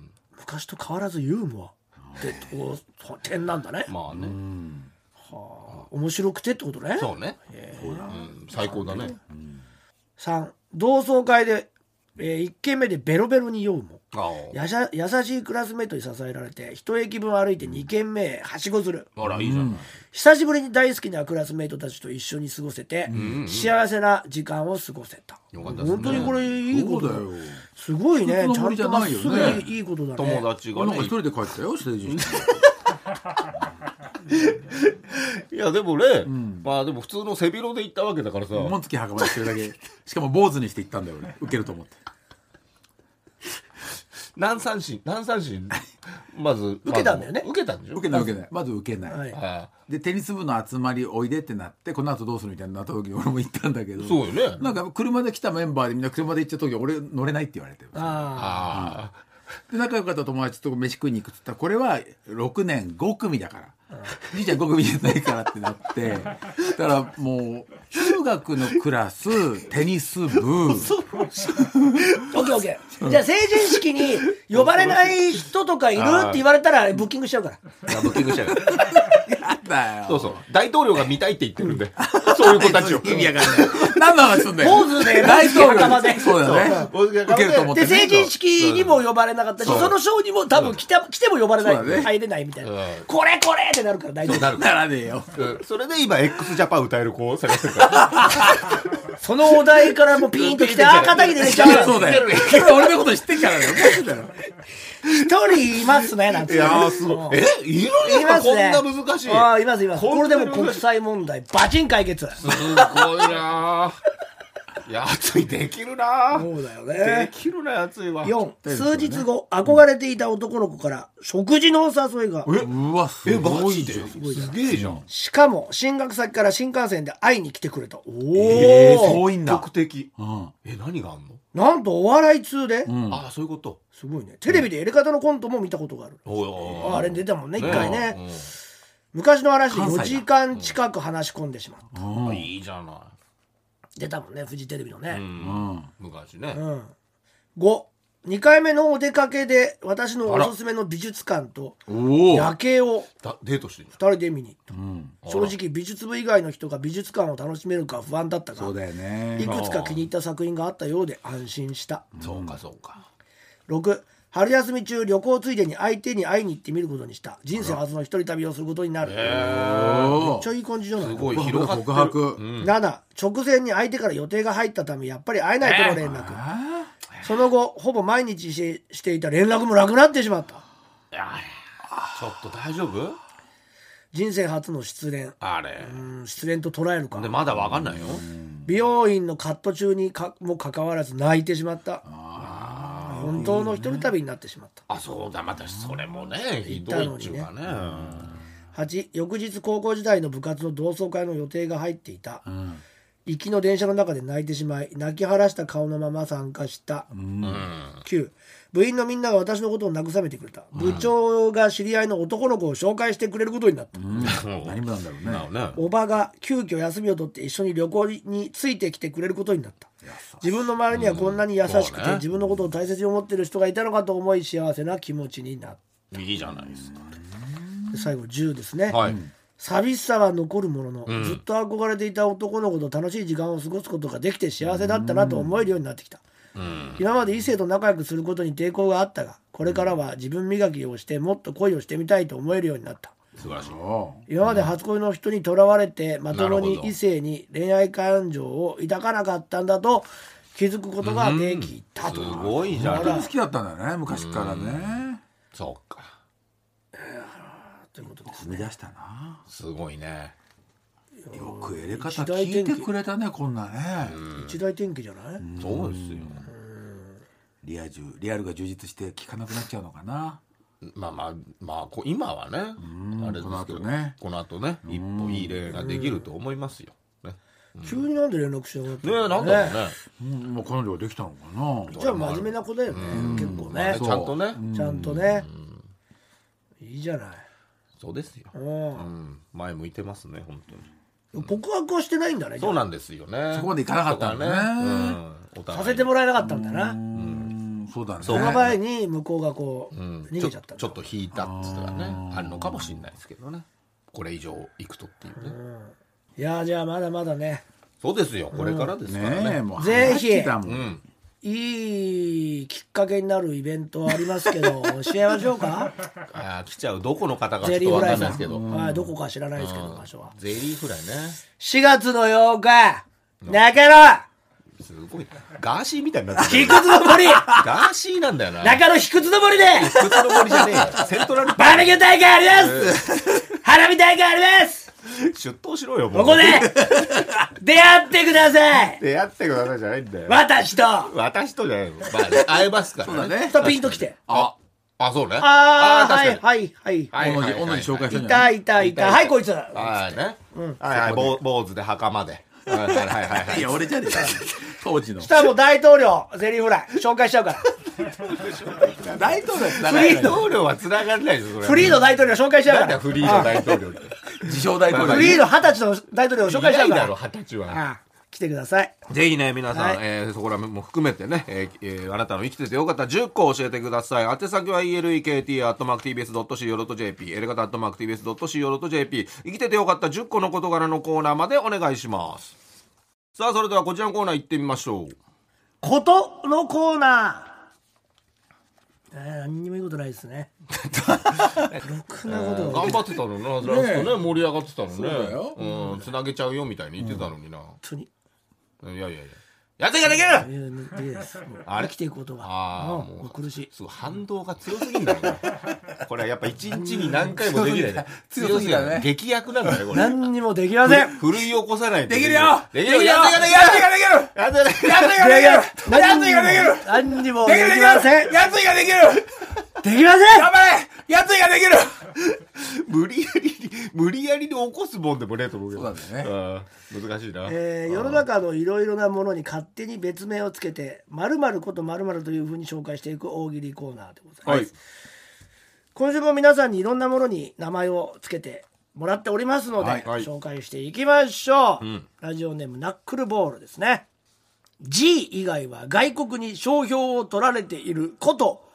昔と変わらずユーモアって点なんだね。 まあね、 はあ、面白くてってことね。 そうね、うん、最高だね、うん、 さん同窓会で、えー、いっけんめでベロベロに酔うもやしゃ優しいクラスメートに支えられて一駅分歩いてにけんめへはしごする。 あらいいじゃない、うん、 久しぶりに大好きなクラスメートたちと一緒に過ごせて、うんうん、幸せな時間を過ごせた。よかったですね、本当にこれいいことだよ。すごいね、ちゃんとまっすぐいいことだね。 友達がね、 なんか一人で帰ったよ成人式いやでもね、うん、まあでも普通の背広で行ったわけだからさ、 紋付き袴にしてるだけしかも坊主にして行ったんだよね、受けると思って。 何三振何三振まず受けたんだよね。 受けたんでしょ。 受けない受けないまず受けない、はいはい、でテニス部の集まりおいでってなってこの後どうするみたいになった時に俺も行ったんだけど、 そうよね、 なんか車で来たメンバーでみんな車で行っちゃった時俺乗れないって言われてる。ああ、うん、で仲良かった友達と飯食いに行くって言ったらこれはろくねんごくみだからじいちゃんごくみじゃないからってなってだからもう中学のクラステニス部オッケーオッケー。じゃあ成人式に呼ばれない人とかいるって言われたらブッキングしちゃうから。 ブッキングしちゃうやだよ。 そうそう、大統領が見たいって言ってるんでそういう子たちを意味わかんない何の話すんだよ。 ポーズで大統領袴でそうだね受けると思って、ね、 で成人式にも呼ばれなかったし そ, そのショーにも多分来 て, 来ても呼ばれない、ね、入れないみたいな、うん、これこれってなるから大丈夫ならねえよ、 うん、それで今 X ジャパン歌える子を探してるからそのお題からもピーンと来てああ肩に入れちゃう。 そうだよ俺のこと知ってんからね一人いますねなんて。 いやすごい。えいるんですか、こんな難しい。 ああいますいます。これでも国際問題バチン解決。 すごいな。やついできるな。 そうだよね。 できるなやついは。 よん数日後憧れていた男の子から食事のお誘いが。 えうわすごいですげえじゃん。 しかも進学先から新幹線で会いに来てくれた。おお遠いんだ。 目的、うん、え何があんの。 なんとお笑い通で、 うん、ああそういうこと。 すごいね。テレビでエレカタのコントも見たことがある。うん、あ, あれ出たもんね一回ね、うん、昔の話よじかん近く話し込んでしまった、 うん、いいじゃない。 出たもんねフジテレビのね、うんうん、昔ね、 うん、ごにかいめのお出かけで私のおすすめの美術館と夜景をデートしてふたりで見に行った、うん、正直美術部以外の人が美術館を楽しめるか不安だったが、 そうだよね、 いくつか気に入った作品があったようで安心した。 そうかそうか。 ろく春休み中旅行ついでに相手に会いに行ってみることにした。人生初の一人旅をすることになる。めっちゃいい感じじゃない。 すごい広がってる。告白、うん、 なな直前に相手から予定が入ったためやっぱり会えないとの連絡、その後ほぼ毎日し、していた連絡もなくなってしまった。いやちょっと大丈夫。 人生初の失恋。 あれうん失恋と捉えるか。 でまだ分かんないよ。 美容院のカット中にかもかかわらず泣いてしまった。本当の一人旅になってしまった。 あそうだまたそれもねひどいっちゅうかね。 はち翌日高校時代の部活の同窓会の予定が入っていた、うん、行きの電車の中で泣いてしまい泣き晴らした顔のまま参加した、うん、きゅう部員のみんなが私のことを慰めてくれた、うん、部長が知り合いの男の子を紹介してくれることになった、うん、 何部なんだろうね。 おばが急遽休みを取って一緒に旅行についてきてくれることになった。自分の周りにはこんなに優しくて、うんね、自分のことを大切に思っている人がいたのかと思い幸せな気持ちになった。 いいじゃないですか。 で最後じゅうですね、 はい、 寂しさは残るものの、 うん、 ずっと憧れていた男の子と楽しい時間を過ごすことができて幸せだったなと思えるようになってきた、うん、今まで異性と仲良くすることに抵抗があったがこれからは自分磨きをしてもっと恋をしてみたいと思えるようになった。 素晴らしい。 今まで初恋の人にとらわれてまともに異性に恋愛感情を抱かなかったんだと気づくことができたと。 すごいじゃん。 本当に好きだったんだよね昔からね。 そうか。 ということです踏み出したな。 すごいね。 よく入れ方聞いてくれたねこんなね。 一大転機じゃない？ そうですよ。 リア充リアルが充実して聞かなくなっちゃうのかな。 まあまあまあ今はねあれですけどね、この後ね一歩いい例ができると思いますよ。 急になんで連絡しなかったの？ねえなんだろうね。 もう彼女ができたのかな。 じゃあ真面目な子だよね結構ね。 ちゃんとね。 ちゃんとね。いいじゃない。 そうですよ。うん前向いてますね本当に。 告白はしてないんだね。 そうなんですよね。 そこまでいかなかったんだね。 させてもらえなかったんだな。 そうだね。 その前に向こうがこう逃げちゃった。 ちょっと引いたっつったらねあるのかもしれないですけどね。これ以上行くとっていうね。 いやじゃあまだまだね。 そうですよこれからですからね。 ぜひいいきっかけになるイベントはありますけど教えましょうか。 あ来ちゃうどこの方かちょっと分かんないですけど、 はいどこか知らないですけど場所は。 ゼリーフライね。 しがつのようか中野。 すごいガーシーみたいになってる。 卑屈の森。 ガーシーなんだよな。 中野卑屈の森で。 卑屈の森じゃねえ。セントラルバーベキュー大会あります。花火大会あります。 出頭しろよもう。 ここで出会ってください。 出会ってくださいじゃないんだよ。 私と私とじゃないの。まあね会えますからね。 とピンときて。 ああそうね。 ああはいはいはい。 同じ同じ紹介したいたいたいた。はいこいつ。 はいね。はいはい坊主で袴で。はいはいはいはい。 いや俺じゃねえか。当時の。 したらもう大統領ゼリーフライ紹介しちゃうから。 大統領大統領は繋がらないですそれ。 フリーの大統領紹介しちゃうから。 フリーの大統領って。 自称大統領。 フリーの二十歳の大統領を紹介しちゃうから。 いないだろ二十歳は。 来てください。 ぜひね皆さん、えー、そこらも含めてね、えーえー、あなたの生きててよかったじゅっこ教えてください。宛先は イーエルイーケーティー アットマーク ティービーエス ドット シーオー ドット ジェーピー エレガタ アットマーク ティービーエス ドット シーオー ドット ジェーピー 生きててよかったじゅっこの事柄のコーナーまでお願いします。さあそれではこちらのコーナー行ってみましょう。 ことのコーナー。えー、何にもいいことないですね。ろくなこと頑張ってたのな、ラストね盛り上がってたのね。そうだよ。うん、つなげちゃうよみたいに言ってたのにな。本当に。 いやいやいや。やっていかできる。 あれ生きていくことが。ああもう苦しい。 すごい反動が強すぎんだよね。これはやっぱ一日に何回もできないね。 強すぎだね。 劇薬なんだねこれ。 何にもできません。 奮い起こさないと。 できるよ。 できるよ。やっていかできる。やっていかできる。やっていかできる。やっていかできる。やっていかできる。 何にもできません。 やっていかできる。 できません。 頑張れ。やつができる。無理やり無理やりに起こすもんでもねえと思うけど。 そうだね。 難しいな。 えー、世の中のいろいろなものに勝手に別名をつけて〇〇こと〇〇というふうに紹介していく大喜利コーナーでございます。はい、今週も皆さんにいろんなものに名前をつけてもらっておりますので、はい、紹介していきましょう。うん、ラジオネームナックルボールですね。G 以外は外国に商標を取られていること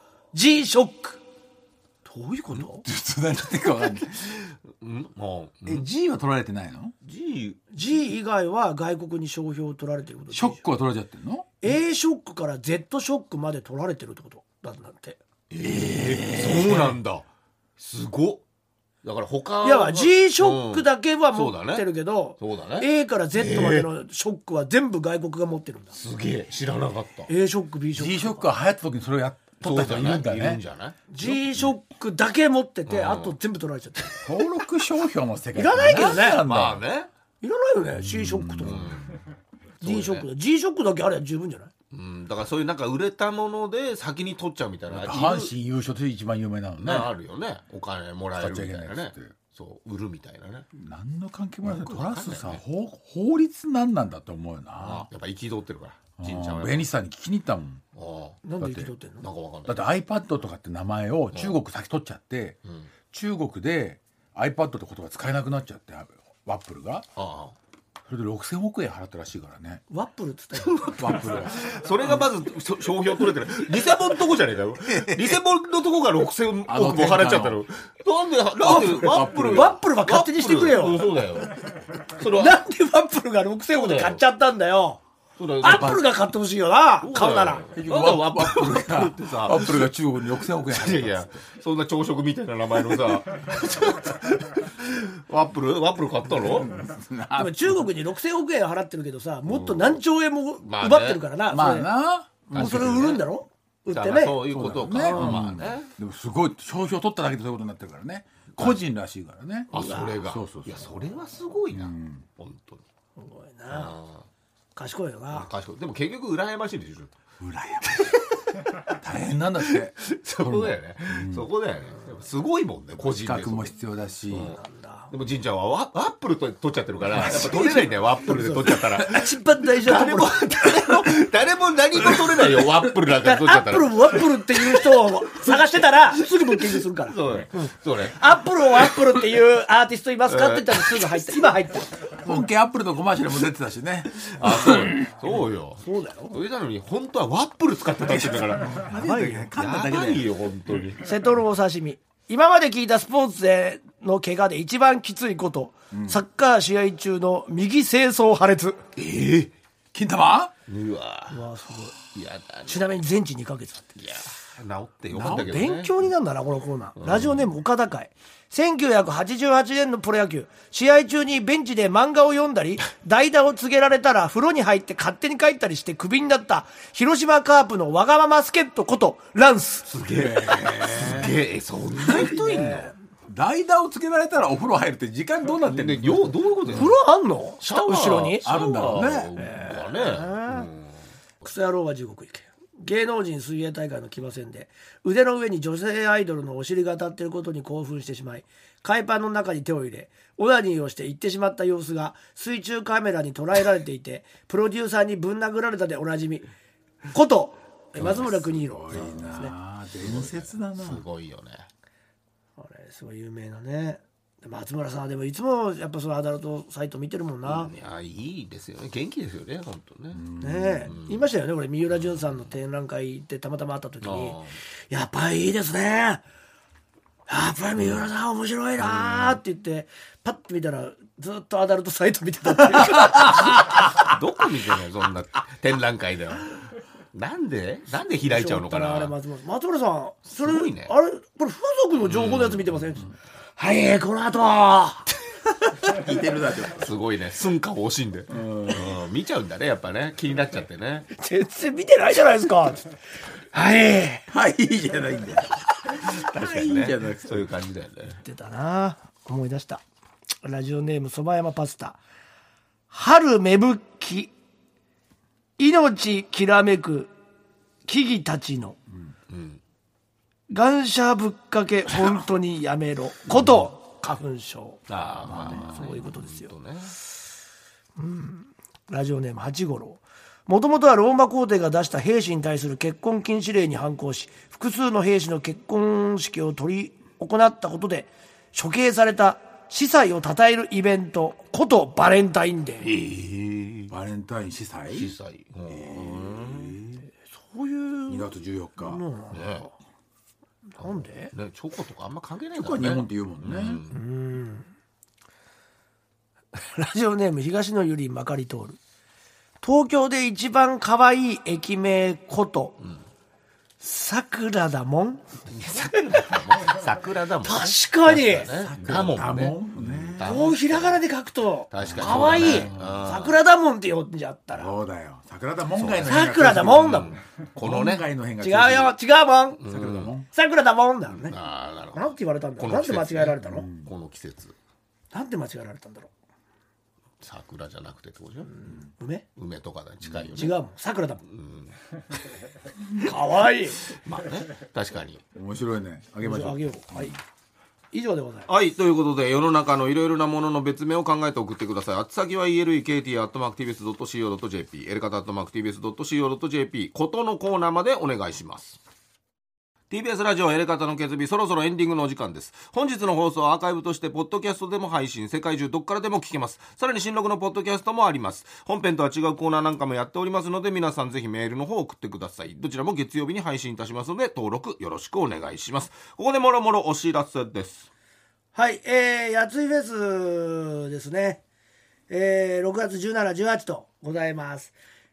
G ショック。どういうこと？ 何言ってるか分かんない。え G は取られてないの？ G G 以外は外国に商標を取られてること。 ショックは取られちゃってるの？ A ショックから Z ショックまで取られてるってことだなんて。 えー、そうなんだ。すごっ。だから他いや G ショックだけは持ってるけど、 そうだね、そうだね、 A から Z までのショックは全部外国が持ってるんだ。 すげえ知らなかった。 A ショック B ショック G ショックが流行った時にそれをやっ取った人いるんだね。いるんじゃない？ G ショックだけ持ってて、うん、あと全部取られちゃった登録商標の世界いらないけどね。 まあねいらないよね C ショックとか、うん、D ショックだ、ね、G ショックだけあれば十分じゃない？ うん、だからそういうなんか売れたもので先に取っちゃうみたいな。 阪神優勝という一番有名なのね。 あるよね。お金もらえるみたいなね。そう売るみたいなね。 何の関係もない。トラスさ、ね、法, 法律なんなんだと思うよな。 やっぱ憤ってるから。神ちゃんはベニさんに聞きに行ったもん。 あなんで憤ってんの？ なんかわかんない。 だって iPad とかって名前を中国先取っちゃって、うん、中国で iPad って言葉使えなくなっちゃってワップルが。ああそれでろくせんおくえん払ったらしいからね。 ワップルっつったよ。 ワップルはそれがまず商標取れてる。偽物のとこじゃねえかよ。偽物のとこがろくせんおくも払っちゃったの。なんでなんでワップルワップルは勝手にしてくれよ。 そうだよ。 それはなんでワップルがろくせんおくで買っちゃったんだよ。 アップルが買ってほしいよな、買うなら。 結局ワップルがアップルが中国にろくせんおくえん。 いやいや、そんな朝食みたいな名前のさワップルワップル買ったの？ でも中国にろくせんおくえん払ってるけどさ、もっと何兆円も奪ってるからな。 まあな、 もうそれ売るんだろ、売ってね。 そういうことか。まあね。 でもすごい商標取っただけでそういうことになってるからね。個人らしいからね。 あ、それが。 そうそうそう。 いや、それはすごいな。本当に。 すごいな。賢いよな。 賢い。でも結局羨ましいでしょ。 羨ましい。大変なんだって。 そこだよね。そこだよね。すごいもんね、個人で。 資格も必要だし。 でも神ちゃんはワップルと取っちゃってるから、やっぱ取れないんだよ、ワップルで取っちゃったら。 一番大事なところ。 誰も何も取れないよ、ワップルなんか取っちゃったら。 アップルワップルっていう人を探してたらすぐブッキングするから。 そうね。そうね。 アップルをワップルっていうアーティストいますかって言ったらすぐ入った。今入った。 本家アップルのコマーシャルも出てたしね。 あ、そう。そうよ。 そうだよ。 それなのに本当はワップル使ってたって言うんだから。 やばいよ。 噛んだだけで。やばいよ、本当に。 瀬戸のお刺身。今まで聞いたスポーツでの怪我で一番きついこと、うん、サッカー試合中の右清掃破裂。 えー、金玉？ うわうわすごい。 いやだね。 ちなみに全治にかげつだって。 いや治ってよかったけどね。 勉強になるんだなこのコーナー、うん、ラジオネーム岡田会。せんきゅうひゃくはちじゅうはちねんのプロ野球、試合中にベンチで漫画を読んだり代打を告げられたら風呂に入って勝手に帰ったりしてクビになった広島カープのわがまま助っ人ことランス。 すげえすげえ、そんな人いんの？ 代打をつけられたらお風呂入るって時間どうなってんの？ ね、よどういうこと？ 風呂あんの？下後ろにあるんだろうね。 えーね、クソ野郎は地獄行け。芸能人水泳大会の騎馬戦で腕の上に女性アイドルのお尻が当たっていることに興奮してしまい、海パンの中に手を入れオナニーをして行ってしまった様子が水中カメラに捉えられていて、プロデューサーにぶん殴られたでおなじみこと松村邦洋さんですね。 伝説だな。 すごいよね。 これすごい有名なね。松村さんはでもいつもやっぱそのアダルトサイト見てるもんな。 いやいいですよね、元気ですよね本当ね。ねえ、言いましたよね、俺三浦淳さんの展覧会行ってたまたま会った時に、やっぱりいいですね、やっぱり三浦さん面白いなって言ってパッて見たらずっとアダルトサイト見てたっていうどこ見てんのよそんな展覧会では。なんでなんで開いちゃうのかな。 あれ松村松村さんそれ、 ね、 あれこれ風俗の情報のやつ見てません？うん、はいこの後聞いてるだけすごいね、寸暇を惜しんで、うん、見ちゃうんだねやっぱね、気になっちゃってね。 全然見てないじゃないですかはいはいじゃないんだよ確かにね、そういう感じだよね。 言ってたな、思い出した。ラジオネームそば山パスタ。春芽吹き命きらめく木々たちの、うんうん、願者ぶっかけ本当にやめろこと花粉症。あ、まあね、そういうことですよ、ね、うん、ラジオネーム八五郎。もともとはローマ皇帝が出した兵士に対する結婚禁止令に反抗し、複数の兵士の結婚式を取り行ったことで処刑された司祭を称えるイベントことバレンタインデー。えー、バレンタイン司祭？ 司祭、えー、 そういうにがつじゅうよっか、うん、ね、 なんで、 ね、チョコとかあんま関係ないんだね。チョコは日本って言うもんね、うんうん、ラジオネーム東野ゆりまかり通る。東京で一番可愛い駅名こと、うん、桜だもん。 桜だもん。 確かに。 だもんね。 こうひらがなで書くと可愛い。桜だもんって呼んじゃったら。 そうだよ。桜だもんがいの桜だもんだもん。 このね。 違うよ。違うもん。桜だもん。桜だもんだよね。なんて言われたんだろう。なんて間違えられたの？ この季節。 なんて間違えられたんだろう。 桜じゃなくてってことじゃん、うん、 梅梅とかに近いよね。 違うもん、桜だもん。かわいい。 まあね、確かに面白いね。あげましょう。 あげよう。はい。以上でございます。 はい、ということで世の中のいろいろなものの別名を考えて送ってください。あつ先は イーエルイーケーティー アットマーク ティービーエス ドット シーオー ドット ジェーピー エレカタ アットマーク ティービーエス ドット シーオー ドット ジェーピー ことのコーナーまでお願いします。ティービーエス ラジオエレカタの決日、そろそろエンディングのお時間です。本日の放送はアーカイブとしてポッドキャストでも配信、世界中どっからでも聞けます。さらに新録のポッドキャストもあります。本編とは違うコーナーなんかもやっておりますので、皆さんぜひメールの方を送ってください。どちらも月曜日に配信いたしますので、登録よろしくお願いします。ここでもろもろお知らせです。 はい、えー、やついフェスですね、えー、ろくがつじゅうしち、じゅうはちとございます。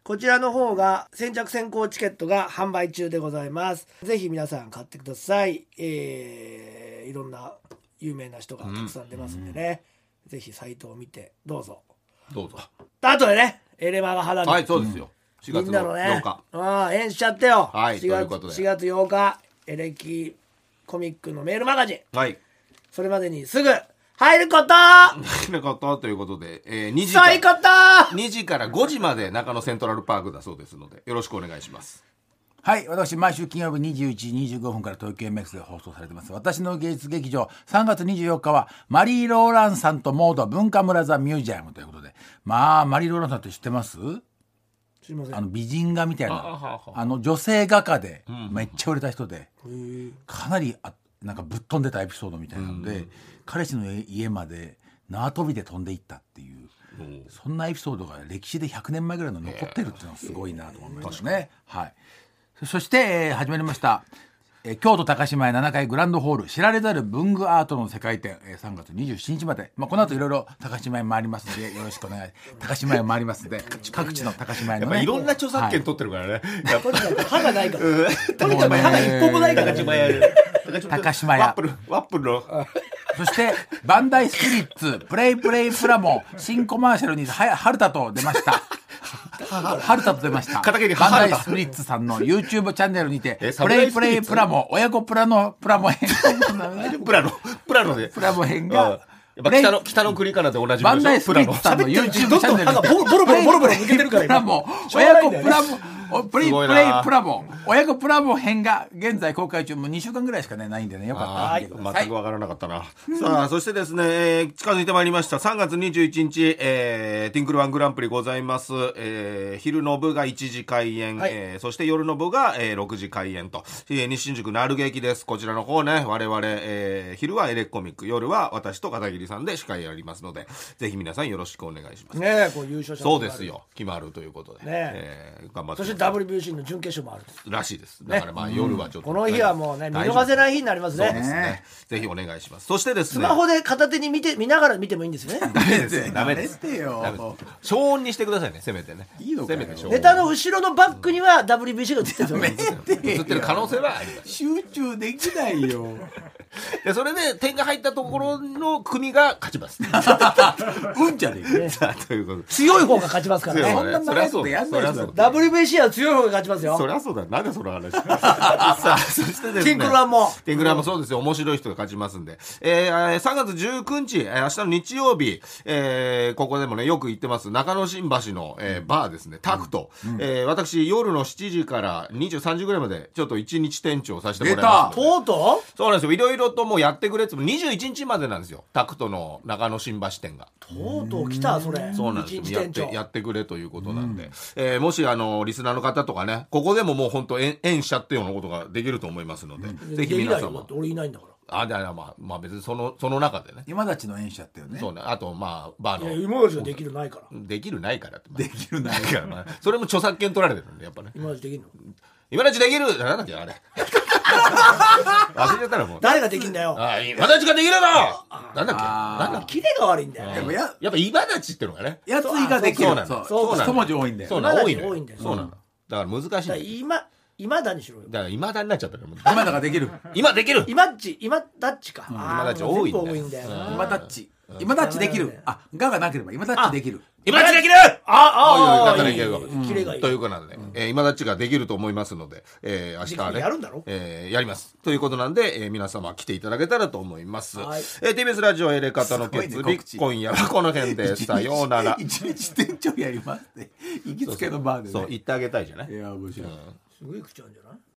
こちらの方が先着先行チケットが販売中でございます。ぜひ皆さん買ってください。えー、いろんな有名な人がたくさん出ますんでね、うん、ぜひサイトを見てどうぞどうぞ。 あとでねエレマガ花火、 はいそうですよ、しがつのようか、みんなのねああ演しちゃってよ、 はい、 しがつしがつようかエレキコミックのメールマガジン、 はい、 それまでにすぐ入ること入ることということで、えー、にじかそういうことにじからごじまで中野セントラルパークだそうですのでよろしくお願いします。 はい、私毎週金曜日にじゅういちじにじゅうごふんから東京 エムエックス で放送されてます私の芸術劇場、さんがつにじゅうよっかはマリー・ローランさんとモード文化村ザミュージアムということで、まあマリー・ローランさんって知ってます？ 知りません。 あの美人画みたいな あ, あの女性画家でめっちゃ売れた人で、うん、かなりあなんかぶっ飛んでたエピソードみたいなので、うん、彼氏の家まで縄跳びで飛んでいったっていう、うん、そんなエピソードが歴史でひゃくねんまえぐらいの残ってるっていうのはすごいなと思いますね。はい。そして、えー、始まりました、えー、京都高島屋ななかいグランドホール知られざる文具アートの世界展、えー、さんがつにじゅうしちにちまで、まあ、この後いろいろ高島屋回りますのでよろしくお願い高島屋回りますので各地の高島屋の、ね、 やっぱいろんな著作権取ってるからね、はい、 とにかく歯がないからとにかく歯が一本もないから高島屋高島屋ワップルワップルのそしてバンダイスピリッツプレイプレイプラモ新コマーシャルに春田と出ました春田と出ましたバンダイスピリッツさんの YouTube チャンネルにてプレイプレイプラモ親子プラのプラモ編プラのプラのでプラモ編が北の北の国からで同じみでしょ。 バンダイスピリッツさんの YouTube チャンネルにてボロボロボロボロ抜けてるからプラモ親子プラモプレイプレイプラモ親子プラモ編が現在公開中、もうにしゅうかんぐらいしか、ね、ないんでねよかったら見てください。 全く分からなかったな、うん、さあそしてですね、えー、近づいてまいりましたさんがつにじゅういちにち、えー、ティンクルワングランプリございます、えー、昼の部がいちじ開演、はい、えー、そして夜の部が、えー、ろくじ開演と、えー、西新宿なる劇です。こちらの方ね我々、えー、昼はエレコミック、夜は私と片桐さんで司会やりますのでぜひ皆さんよろしくお願いしますね。こう優勝者そうですよ決まるということで、ねえー、頑張ってそして ダブリュービーシー の準決勝もあるらしいです。だからまあ、ね、夜はちょっと、 うん、この日はもうね見逃せない日になりますね。 そうですね。ぜひお願いします。そしてですねスマホで片手に見て見ながら見てもいいんですよね。 ダメですダメです消音にしてくださいねせめてね。 いいのかよ。 ネタの後ろのバックには ダブリュービーシー が映ってるんですよ。 映ってる可能性はあります。 集中できないよ。 でそれで点が入ったところの組が勝ちます。 うんじゃねえか。ということ強い方が勝ちますからね。 そんな長いことやんないですよ。 ダブリュービーシー は強い方が勝ちますよ。 そりゃそうだ。なんでその話。さあそしてですね。 ティンクルワンも。 ティンクルワンもそうですよ。面白い人が勝ちますんで。えー、さんがつじゅうくにち、えー、明日の日曜日、えー、ここでもねよく行ってます中野新橋の、えー、バーですね。タクト。うんうん、えー、私夜のしちじからにじゅうさんじぐらいまでちょっと一日店長させてもらいます。 とうとう？そうなんですよ。いろいろともうやってくれってにじゅういちにちまでなんですよ。タクトの中野新橋店が。 とうとう来たそれ。 そうなんですよ。やってやってくれということなんで、えー、もしあのリスナーの方とかねここでももう本当縁縁しちゃってようなことができると思いますので、うん、ぜひ皆様。 俺いないんだから。 あでまあまあ別にそのその中でね。 今立ちの縁しちゃったよね。 そうね。あとまあバーの。 いや今立ちはできるないから。 できるないからって。まあ、 できるないから。 まあ、それも著作権取られてるんでやっぱね。 今立ちできるの。 今立ちできるなんだっけあれ。忘れちゃったらもう。 誰ができるんだよ。 あ今立ちができるの。なんだっけ。なんだっけ。 キレが悪いんだよ。 でもややっぱ今立ちっていうのがね。 やついができる。 そうなんだ。 そう一文字多いんだよ。 そうなんだ。多いんだよ。そうなんだ。だから難しい。 今今だにしろよ。 だから今だになっちゃったよ。 今だができる。 今できる。 今っち今だっちか。 今だっち多いんだよ。 今だっち。今タッチできる。あ、ががなければ今タッチできる。 今タッチできる。 ああ、 ああ、いい、いい、 キレがいい。 ということなんで、えー、今タッチができると思いますので、えー、明日はね、 やるんだろ？ えー、やります。ということなんで、えー、皆様来ていただけたらと思います。はい、えー、ティービーエス ラジオエレカタの決意、今夜はこの辺でさようなら。 一日店長やりますって。行きつけのバーでね。 そう、言ってあげたいじゃない。 いや面白い。 すごい口あるんじゃない？